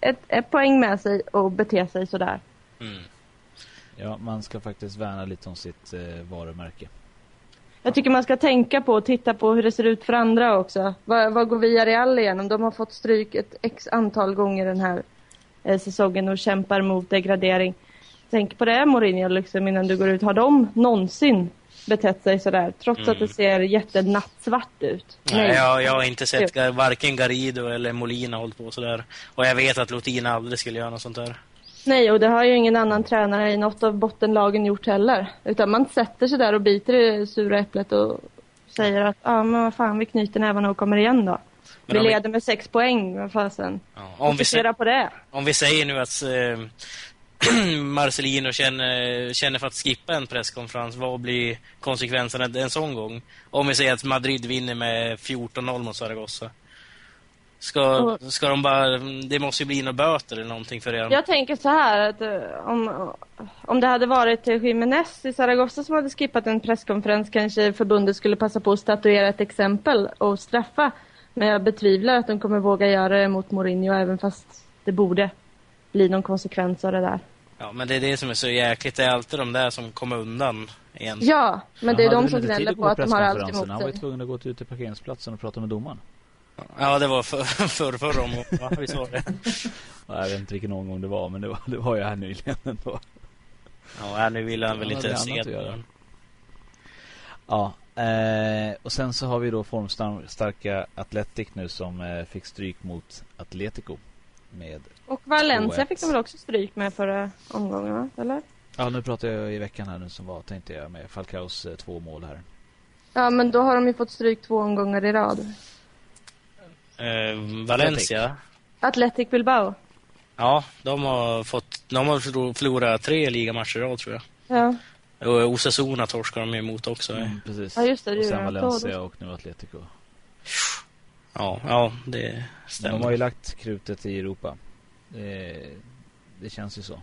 ett poäng med sig och bete sig sådär. Ja, man ska faktiskt värna lite om sitt varumärke. Jag tycker man ska tänka på och titta på hur det ser ut för andra också. Vad går Villarreal igenom? De har fått stryk ett x antal gånger den här säsongen och kämpar mot degradering. Tänk på det, Mourinho, liksom, innan du går ut. Har de någonsin betett sig sådär? Trots att det ser jättenattsvart ut. Nej, jag har inte sett varken Garrido eller Molina hållit på sådär. Och jag vet att Lotina aldrig skulle göra något sånt där. Nej, och det har ju ingen annan tränare i något av bottenlagen gjort heller. Utan man sätter sig där och biter i sura äpplet och säger att men vad fan, vi knyter nävarna och kommer igen då. Vi leder med 6 poäng, vad fasen. Ja, om vi säger nu att Marcelino känner för att skippa en presskonferens, vad blir konsekvenserna en sån gång? Om vi säger att Madrid vinner med 14-0 mot Zaragoza. Ska de bara, det måste ju bli några böter eller någonting för er. Jag tänker så här att om det hade varit Jiménez i Zaragoza som hade skippat en presskonferens, kanske förbundet skulle passa på att statuera ett exempel och straffa. Men jag betvivlar att de kommer våga göra det mot Mourinho, även fast det borde bli någon konsekvens av det där. Ja, men det är det som är så jäkligt. Det är alltid de där som kommer undan egentligen. Ja, men det är de som gnäller på att de har allt emot sig. Han var ju tvungen att gå ut till parkeringsplatsen och prata med domaren. Ja, det var förra omgången. Ja, vi sa det. Jag vet inte vilken omgång det var, men det var ju här nyligen ändå. Ja, här nu vill han väl inte se det. Ja, och sen så har vi då formstarka Athletic nu som fick stryk mot Atletico med. Och Valencia fick de väl också stryk med förra omgången, va? Eller? Ja, nu pratar jag i veckan här nu som var, tänkte jag, med Falcaos 2 mål här. Ja, men då har de ju fått stryk 2 omgångar i rad. Valencia. Athletic Bilbao. Ja, de har förlorat 3 ligamatcher i rad, tror jag. Ja. Och Osasuna torskar de emot också. Precis. Ja, just det. Och sen Valencia och nu Atletico. Ja, det stämmer. De har ju lagt krutet i Europa. Det känns ju så.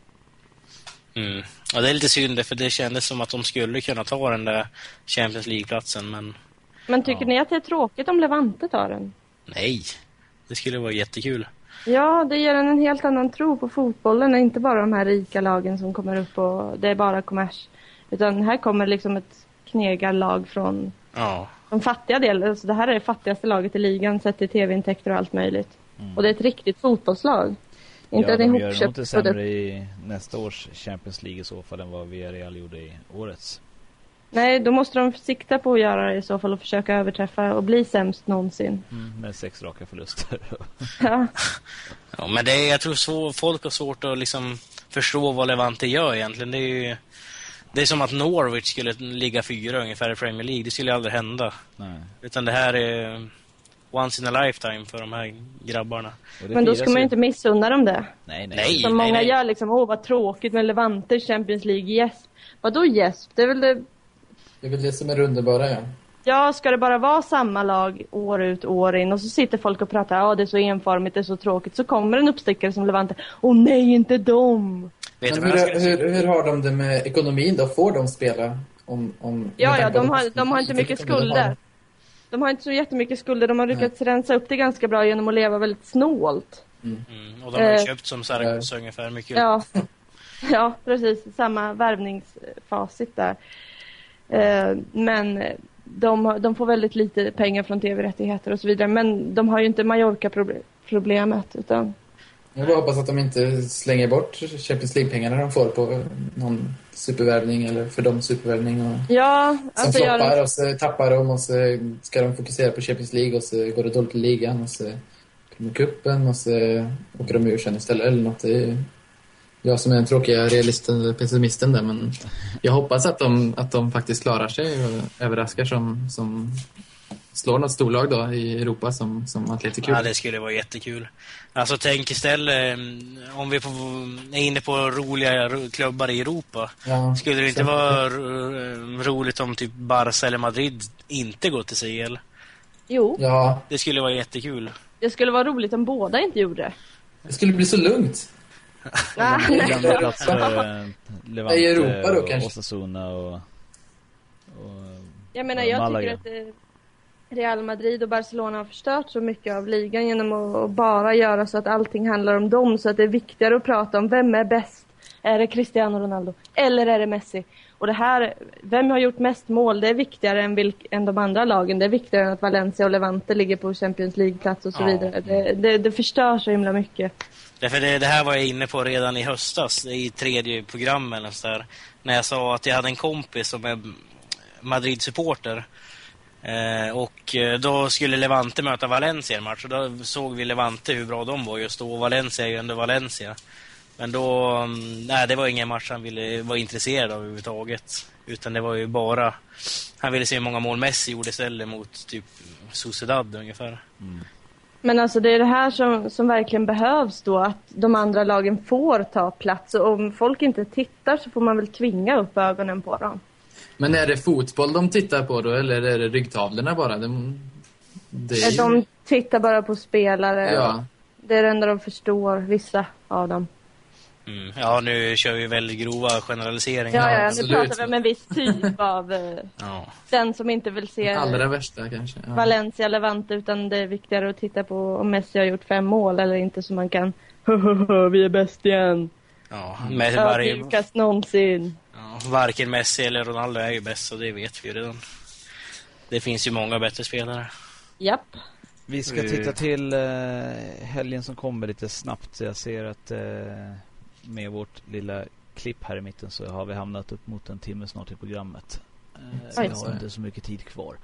Ja, det är lite synd, för det kändes som att de skulle kunna ta den där Champions League-platsen, Men tycker ni att det är tråkigt om Levante tar den? Nej, det skulle vara jättekul. Ja, det ger en helt annan tro på fotbollen, och inte bara de här rika lagen som kommer upp och det är bara kommers. Utan här kommer liksom ett knegarlag från de fattiga delarna. Alltså det här är det fattigaste laget i ligan sett till tv-intäkter och allt möjligt. Och det är ett riktigt fotbollslag. Inte ja, de gör nog inte sämre i nästa års Champions League i så fall än vad Villarreal gjorde i årets. Nej, då måste de sikta på att göra det i så fall och försöka överträffa och bli sämst någonsin. Med 6 raka förluster. Ja. Ja, men jag tror folk har svårt att liksom förstå vad Levante gör egentligen. Det är som att Norwich skulle ligga 4 ungefär i Premier League. Det skulle aldrig hända. Nej. Utan det här är once in a lifetime för de här grabbarna. Men då ska man ju inte missunna dem det. Nej. Som många gör liksom, vad tråkigt med Levante Champions League, yes. Vadå yes? Det är väl det... Det är väl det som är underbara, ja. Ja, ska det bara vara samma lag år ut, år in, och så sitter folk och pratar, det är så enformigt, det är så tråkigt, så kommer en uppstickare som Levante. Nej, inte dem! Men hur har de det med ekonomin då? Får de spela? Ja, de har inte mycket skulder. De har inte så jättemycket skulder. De har lyckats rensa upp det ganska bra genom att leva väldigt snålt. Och de har köpt som Zaragoza ungefär mycket. Ja, precis. Samma värvningsfacit där. Men de får väldigt lite pengar från tv-rättigheter och så vidare. Men de har ju inte Mallorca-problemet, utan... Jag bara hoppas att de inte slänger bort Champions League-pengarna de får på någon supervärvning eller för dem supervärvning. Och ja, alltså floppar och så tappar de och så ska de fokusera på Champions League och så går det dåligt i ligan och så kommer kuppen och så åker de ur sen istället eller något. Det är jag som är den tråkiga realisten, pessimisten där, men jag hoppas att de faktiskt klarar sig och överraskar som slår något storlag då i Europa som Atletico. Ja, det skulle vara jättekul. Alltså tänk istället om vi är inne på roliga klubbar i Europa. Ja, skulle det inte vara roligt om typ Barca eller Madrid inte går till CL? Jo. Ja. Det skulle vara jättekul. Det skulle vara roligt om båda inte gjorde det. Det skulle bli så lugnt. Levante i Europa då kanske. Osasuna och jag menar, jag tycker att Real Madrid och Barcelona har förstört så mycket av ligan genom att bara göra så att allting handlar om dem, så att det är viktigare att prata om vem är bäst. Är det Cristiano Ronaldo eller är det Messi? Och det här, vem har gjort mest mål, det är viktigare än de andra lagen. Det är viktigare än att Valencia och Levante ligger på Champions League-plats och så vidare. Det förstör så himla mycket. Därför det här var jag inne på redan i höstas i 3:e programmet eller så där, när jag sa att jag hade en kompis som är Madrid-supporter. Och då skulle Levante möta Valencia i en match, och då såg vi Levante hur bra de var just då, och Valencia är ju ändå Valencia. Men då, nej, det var ingen match han ville vara intresserad av överhuvudtaget, utan det var ju bara, han ville se hur många mål Messi gjorde istället mot typ Sociedad ungefär. Men alltså det är det här som verkligen behövs då, att de andra lagen får ta plats, och om folk inte tittar så får man väl tvinga upp ögonen på dem. Men är det fotboll de tittar på då, eller är det ryggtavlorna bara? De tittar bara på spelare. Ja. Det är det enda de förstår, vissa av dem. Ja, nu kör vi väldigt grova generaliseringar. Ja, nu pratar vi om en viss typ av den som inte vill se allra värsta kanske. Ja. Valencia, Levante, utan det är viktigare att titta på om Messi har gjort 5 mål eller inte, så man kan vi är bäst igen. Ja, ödmjukast någonsin. Ja, varken Messi eller Ronaldo är ju bäst, så det vet vi ju redan. Det finns ju många bättre spelare. Japp. Vi ska titta till helgen som kommer lite snabbt. Jag ser att med vårt lilla klipp här i mitten så har vi hamnat upp mot en timme snart i programmet. Vi har inte så mycket tid kvar.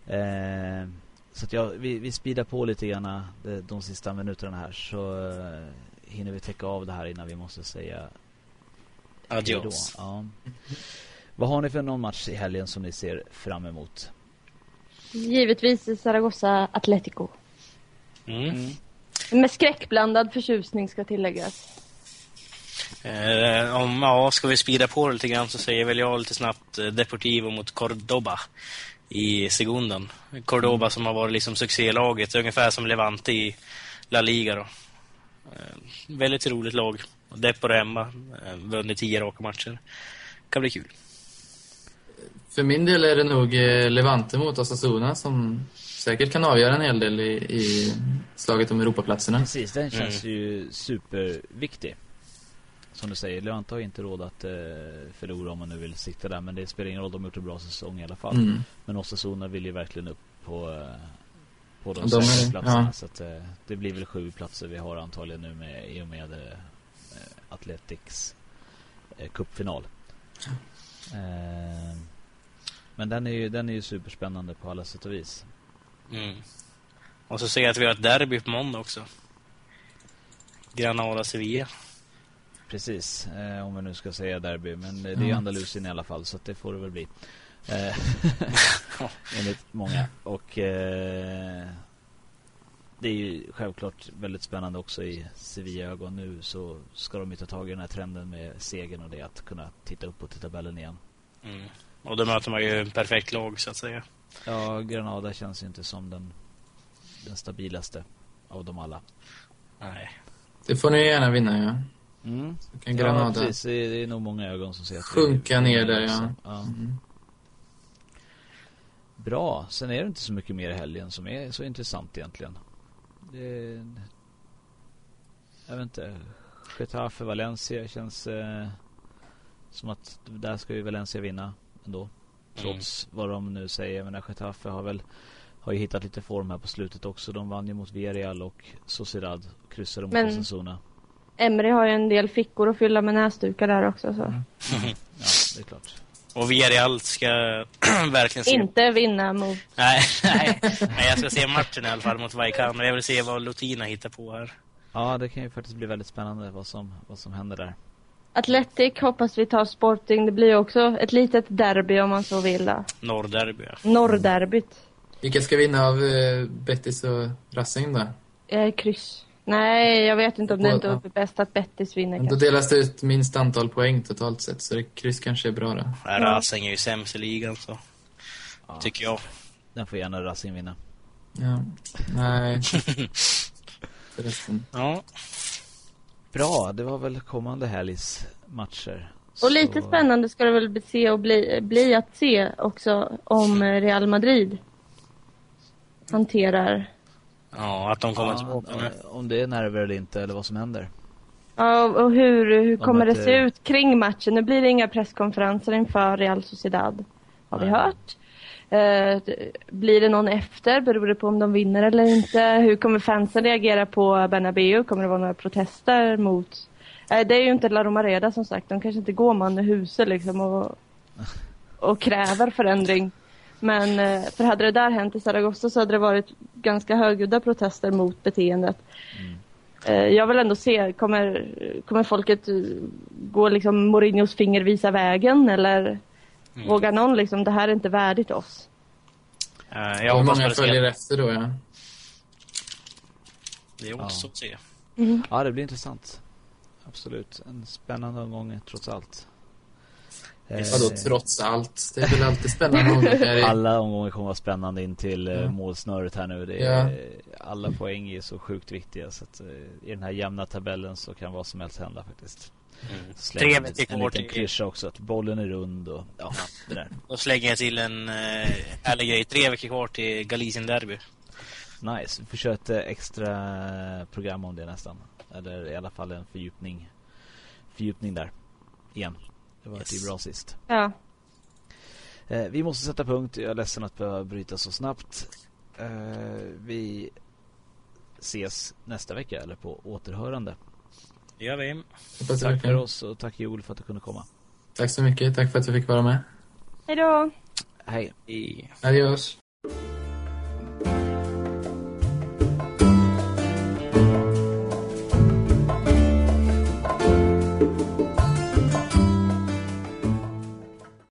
Så att vi speedar på lite grann de sista minuterna här, så hinner vi täcka av det här innan vi måste säga adios. Ja. Vad har ni för någon match i helgen som ni ser fram emot? Givetvis Zaragoza Atletico. Med skräckblandad förtjusning ska tilläggas. Ska vi spida på det lite grann, så säger väl jag lite snabbt Deportivo mot Cordoba i Segundan. Cordoba som har varit liksom succélaget, ungefär som Levante i La Liga då. Väldigt roligt lag. Depor hemma, vunnit 10 raka matcher. Kan bli kul. För min del är det nog Levante mot Osasuna som säkert kan avgöra en hel del i slaget om Europaplatserna. Precis, den känns ju superviktig. Som du säger, Levante har inte råd att förlora om man nu vill sitta där, men det spelar ingen roll, de har gjort en bra säsong i alla fall. Men Osasuna vill ju verkligen upp på de säkra platserna, så att det blir väl 7 platser vi har antagligen nu i och med Athletics cupfinal. Men den är ju superspännande på alla sätt och vis. Och så ser jag att vi har ett derby på måndag också. Granada-Sevilla. Precis, om vi nu ska säga derby. Men det är ju Andalusien i alla fall, så att det får det väl bli. Enligt många. Och det är ju självklart väldigt spännande också i Sevilla-ögon. Nu så ska de ju ta tag i den här trenden med segern och det att kunna titta upp till tabellen igen. Och då möter man ju en perfekt lag, så att säga. Ja, Granada känns ju inte som den stabilaste av dem alla. Nej. Det får ni gärna vinna, ja. Kan Granada precis. Det är nog många ögon som ser att sjunka ner där, ja. Bra. Sen är det inte så mycket mer i helgen som är så intressant egentligen. Jag vet inte. Getafe, Valencia känns som att där ska ju Valencia vinna ändå. Trots vad de nu säger. Men Getafe har ju hittat lite form här på slutet också. De vann ju mot Villarreal och Sociedad och kryssade mot Osasuna. Emery har ju en del fickor att fylla med näsdukar där också. Så. Ja, det är klart. Och Villarreal ska verkligen se... Inte vinna mot... Nej, jag ska se matchen i alla fall mot Vallecano. Jag vill se vad Lutina hittar på här. Ja, det kan ju faktiskt bli väldigt spännande vad som händer där. Athletic hoppas vi tar Sporting. Det blir också ett litet derby om man så vill. Norrderby, ja. Norrderbyt. Vilka ska vinna av Betis och Racing då? Kryss. Nej, jag vet inte om det inte är bäst att Betis vinner. Då delas det ut minst antal poäng totalt sett, så kryss kanske är bra då. Racing är ju sämst i ligan, så tycker jag. Den får gärna Racing vinna. Ja, nej. Förresten. Ja. Bra, det var väl kommande helgs matcher. Och lite spännande ska det väl bli att se också om Real Madrid. hanterar. Ja, att de kommer tillbaka nu. Om det är nerver eller inte, eller vad som händer. Ja, och hur kommer det att, se ut kring matchen? Nu blir det inga presskonferenser inför Real Sociedad, har vi hört. Blir det någon efter? Beror det på om de vinner eller inte? Hur kommer fansen reagera på Bernabéu? Kommer det vara några protester mot... det är ju inte La Romareda som sagt. De kanske inte går man i huset liksom och kräver förändring. Men för hade det där hänt i Zaragoza så hade det varit ganska högljudda protester mot beteendet. Jag vill ändå se, kommer folket gå liksom Mourinhos finger visa vägen, eller vågar någon liksom, det här är inte värdigt oss? Jag hoppas många följer efter då, ja. Det är också att se. Ja, det blir intressant. Absolut. En spännande omgång trots allt. Vadå trots allt? Det är väl alltid spännande. Alla omgångar kommer vara spännande in till målsnöret här nu. Det är, alla poäng är så sjukt viktiga, så att i den här jämna tabellen så kan vad som helst hända faktiskt. Tre veckor en kvar liten till klyscha också, att bollen är rund och det där. Då slänger jag till en härlig grej. 3 veckor kvar till Galicien Derby. Nice, vi får köra ett extra program om det nästan. Eller i alla fall en fördjupning där igen. Det var ju bra sist. Ja. Vi måste sätta punkt. Jag är ledsen att behöva bryta så snabbt. Vi ses nästa vecka, eller på återhörande. Det gör vi. Tack för oss och tack Joel för att du kunde komma. Tack så mycket, tack för att jag fick vara med. Hej då. Hej. Adios.